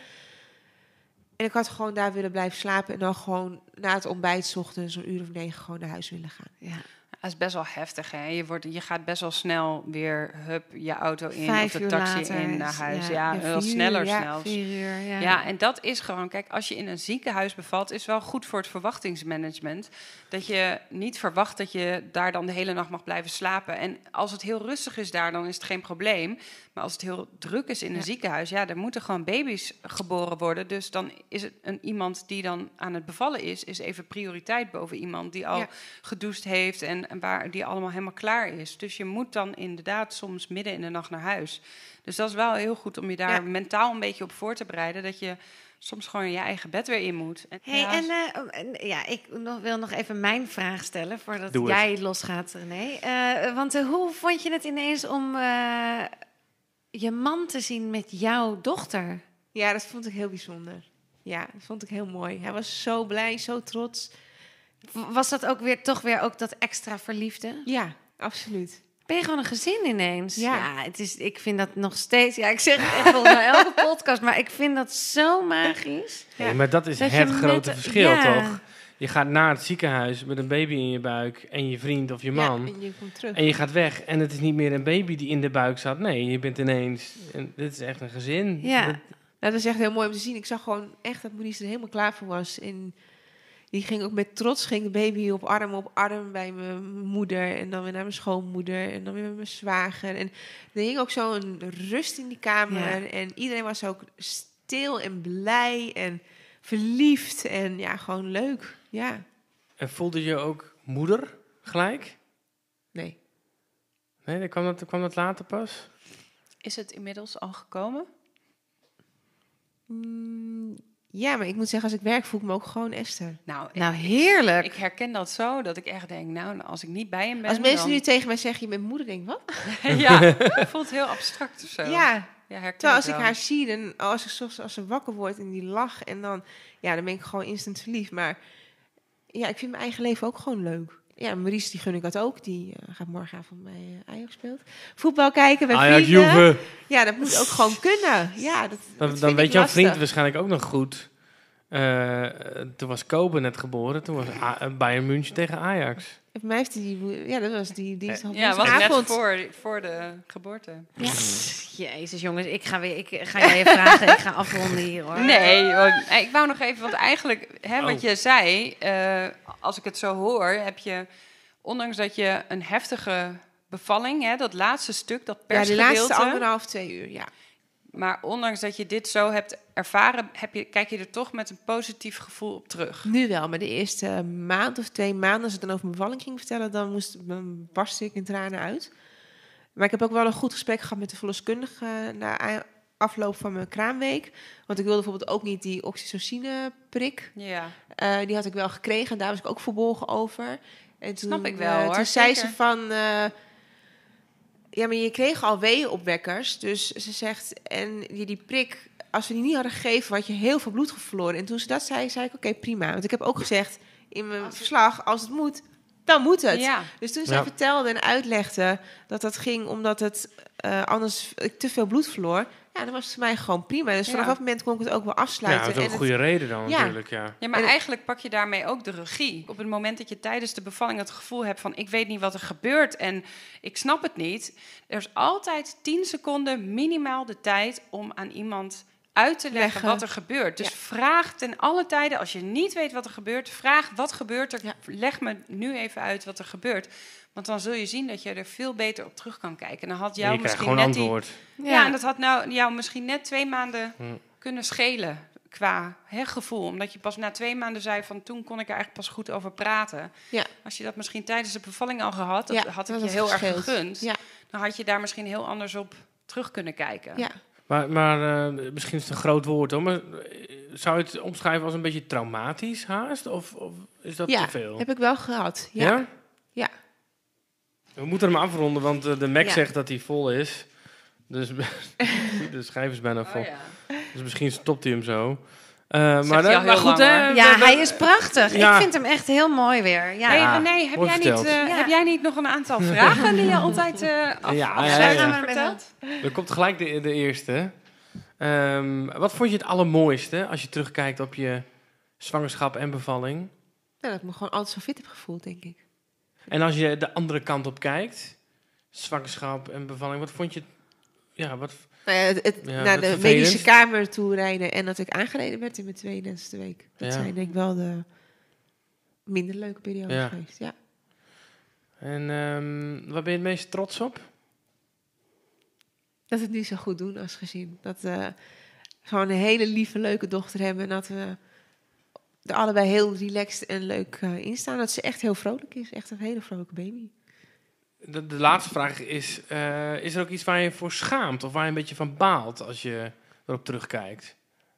En ik had gewoon daar willen blijven slapen. En dan gewoon na het ontbijt 's ochtends een uur of negen gewoon naar huis willen gaan. Ja. Dat is best wel heftig, hè? Je, wordt, je gaat best wel snel weer, hup, je auto in Vijf of de uur taxi later in is- naar huis. ja. Ja, Ja, wel vier sneller uur, ja, zelfs. Vier uur, ja. Ja, en dat is gewoon... Kijk, als je in een ziekenhuis bevalt... is wel goed voor het verwachtingsmanagement. Dat je niet verwacht dat je daar dan de hele nacht mag blijven slapen. En als het heel rustig is daar, dan is het geen probleem. Maar als het heel druk is in een Ja. ziekenhuis... ja, er moeten gewoon baby's geboren worden. Dus dan is het een, iemand die dan aan het bevallen is... is even prioriteit boven iemand die al Ja. gedoucht heeft... En, en waar die allemaal helemaal klaar is. Dus je moet dan inderdaad soms midden in de nacht naar huis. Dus dat is wel heel goed om je daar Ja. mentaal een beetje op voor te bereiden... dat je soms gewoon je eigen bed weer in moet. En, Hey, ja, en uh, uh, ja, ik nog, wil nog even mijn vraag stellen voordat Doe jij losgaat, René. Uh, want uh, hoe vond je het ineens om uh, je man te zien met jouw dochter? Ja, dat vond ik heel bijzonder. Ja, dat vond ik heel mooi. Hij was zo blij, zo trots. Was dat ook weer toch weer ook dat extra verliefde? Ja, absoluut. Ben je gewoon een gezin ineens? Ja. het is, ik vind dat nog steeds... Ja, ik zeg het echt volgens mij elke podcast, maar ik vind dat zo magisch. Ja. Nee, maar dat is Dat je het met grote de- verschil, ja. toch? Je gaat naar het ziekenhuis met een baby in je buik... en je vriend of je man... Ja, en je komt terug. En je gaat weg en het is niet meer een baby die in de buik zat. Nee, je bent ineens... En dit is echt een gezin. Ja. Dat- Nou, dat is echt heel mooi om te zien. Ik zag gewoon echt dat Maurice er helemaal klaar voor was. En die ging ook met trots, ging de baby op arm op arm bij mijn moeder. En dan weer naar mijn schoonmoeder. En dan weer met mijn zwager. En er hing ook zo'n rust in die kamer. Ja. En iedereen was ook stil en blij en verliefd. En ja, gewoon leuk. Ja, En voelde je ook moeder gelijk? nee. Nee, dan kwam dat, kwam dat later pas? is het inmiddels al gekomen? Mm, ja, maar ik moet zeggen, als ik werk voel ik me ook gewoon Esther. Nou, Nou, ik, heerlijk. ik herken dat zo, dat ik echt denk... nou, als ik niet bij hem ben... Als mensen dan... nu tegen mij zeggen, je bent moeder, denk ik, wat? ja, het voelt heel abstract of zo. Ja, ja herken terwijl als ik wel. haar zie, dan, als, ik, soms- als ze wakker wordt en die lach, en dan, ja, dan ben ik gewoon instant verliefd. Maar ja, ik vind mijn eigen leven ook gewoon leuk. Ja, Maurice, die gun ik dat ook. Die uh, gaat morgenavond bij uh, Ajax speelt. Voetbal kijken bij Ajax, vrienden. Juve. Ja, dat moet ook gewoon kunnen. Ja, dat, dat Dan, vind dan ik weet jouw lastig. vriend waarschijnlijk ook nog goed. Uh, toen was Kobe net geboren. Toen was A- Bayern München tegen Ajax. Voor mij heeft die, ja, dat was die dinsdag. Ja, was net avond. voor, voor de geboorte. Ja. Jezus, jongens, ik ga weer. Ik ga jij je vragen. Ik ga afronden hier, hoor. Nee, hoor. ik wou nog even, want eigenlijk, hè, wat Oh. je zei, uh, als ik het zo hoor, heb je, ondanks dat je een heftige bevalling, hè, dat laatste stuk, dat persgedeelte. Ja, de laatste anderhalf, twee uur, ja. Maar ondanks dat je dit zo hebt ervaren, heb je, kijk je er toch met een positief gevoel op terug. Nu wel, maar de eerste maand of twee maanden, als ik dan over mijn bevalling ging vertellen, dan moest, dan barstte ik in tranen uit. Maar ik heb ook wel een goed gesprek gehad met de verloskundige na afloop van mijn kraamweek. Want ik wilde bijvoorbeeld ook niet die oxytocine-prik. Ja. Uh, die had ik wel gekregen en daar was ik ook verbolgen over. En toen, Snap ik wel, uh, hoor. Toen Zeker. zei ze van... Uh, ja, maar je kreeg al weeënopwekkers. Dus ze zegt, en die, die prik, als we die niet hadden gegeven, had je heel veel bloed verloren. En toen ze dat zei, zei ik, oké, okay, prima. Want ik heb ook gezegd in mijn als verslag, als het moet, dan moet het. Ja. Dus toen zij ja. vertelde en uitlegde dat dat ging omdat het uh, anders ik te veel bloed verloor. Ja, dan was het voor mij gewoon prima. Dus vanaf ja. dat moment kon ik het ook wel afsluiten. Ja, dat is ook een goede het... reden dan ja. natuurlijk, ja. Ja, maar en eigenlijk pak je daarmee ook de regie. Op het moment dat je tijdens de bevalling het gevoel hebt van... ik weet niet wat er gebeurt en ik snap het niet. Er is altijd tien seconden minimaal de tijd om aan iemand uit te leggen Leggen. wat er gebeurt. Dus ja. vraag ten alle tijden, als je niet weet wat er gebeurt... vraag wat gebeurt er, ja. leg me nu even uit wat er gebeurt... Want dan zul je zien dat je er veel beter op terug kan kijken. En dan had jou je misschien gewoon net antwoord. Die, ja. ja, en dat had nou jou misschien net twee maanden hm. kunnen schelen qua hè, gevoel. Omdat je pas na twee maanden zei van toen kon ik er eigenlijk pas goed over praten. Ja. Als je dat misschien tijdens de bevalling al gehad, dat ja, had ik dat je heel gescheeld. erg gegund. Ja. Dan had je daar misschien heel anders op terug kunnen kijken. Ja. Maar, maar uh, misschien is het een groot woord hoor, maar zou je het omschrijven als een beetje traumatisch haast? Of, of is dat ja, te veel? Ja, heb ik wel gehad. Ja? Ja. ja. We moeten hem afronden, want uh, de Mac ja. zegt dat hij vol is. Dus de schijf is bijna vol. Oh, ja. Dus misschien stopt hij hem zo. Uh, maar dan, maar goed, hè? Ja, hij is prachtig. Ja. Ik vind hem echt heel mooi weer. Ja. Hey, ja, nee, heb, jij niet, uh, ja. heb jij niet nog een aantal vragen die je altijd uh, af, ja, afsluitend ja, ja, ja. vertelt? Er komt gelijk de, de eerste. Um, wat vond je het allermooiste als je terugkijkt op je zwangerschap en bevalling? Ja, dat ik me gewoon altijd zo fit heb gevoeld, denk ik. En als je de andere kant op kijkt, zwangerschap en bevalling, wat vond je... Ja, wat... Nou ja, het, het, ja, naar de vervelend. medische kamer toe rijden en dat ik aangereden werd in mijn tweeëndertigste week. Dat ja. zijn denk ik wel de minder leuke periodes ja. geweest, ja. En um, waar ben je het meest trots op? Dat we het nu zo goed doen als gezin. Dat we uh, gewoon een hele lieve, leuke dochter hebben en dat we er allebei heel relaxed en leuk uh, in staan. Dat ze echt heel vrolijk is. Echt een hele vrolijke baby. De, de laatste vraag is, uh, is er ook iets waar je voor schaamt of waar je een beetje van baalt als je erop terugkijkt?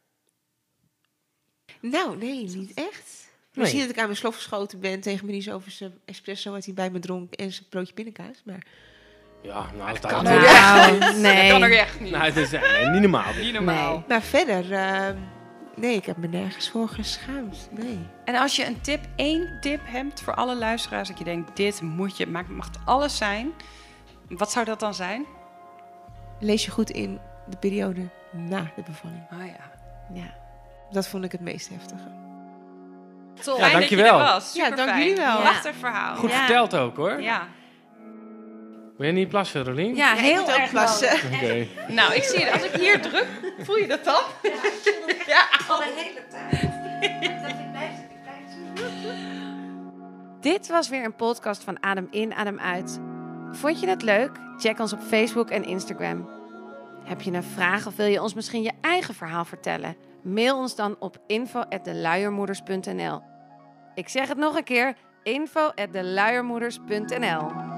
Nou, nee, niet echt. Nee. Misschien dat ik aan mijn slof geschoten ben tegen Maries over zijn espresso wat hij bij me dronk en zijn broodje pindakaas, maar... Ja, nou, dat, dat kan dat, er nou, nee. Dat kan er echt niet. Nou, het is nee, niet normaal. Niet normaal. Nee. Maar verder, uh, nee, ik heb me nergens voor geschaamd, nee. En als je een tip, één tip hebt voor alle luisteraars, dat je denkt, dit moet je, mag, mag het alles zijn. Wat zou dat dan zijn? Lees je goed in de periode na de bevalling. Ah ja. Ja, dat vond ik het meest heftige. Top. Ja, dankjewel. Was. Ja, dank jullie wel. Ja. Prachtig verhaal. Goed ja. verteld ook, hoor. Ja. Wil je niet plassen, Rolien? Ja, heel ja, erg plassen. Oké. Okay. Nou, ik zie het. Als ik hier druk, voel je dat dan? Ja, ja. Al de hele tijd. Dat ik blijf, ik blijf. Dit was weer een podcast van Adem in, Adem uit. Vond je het leuk? Check ons op Facebook en Instagram. Heb je een vraag of wil je ons misschien je eigen verhaal vertellen? Mail ons dan op info at de luiermoeders punt n l. Ik zeg het nog een keer, info at de luiermoeders punt n l.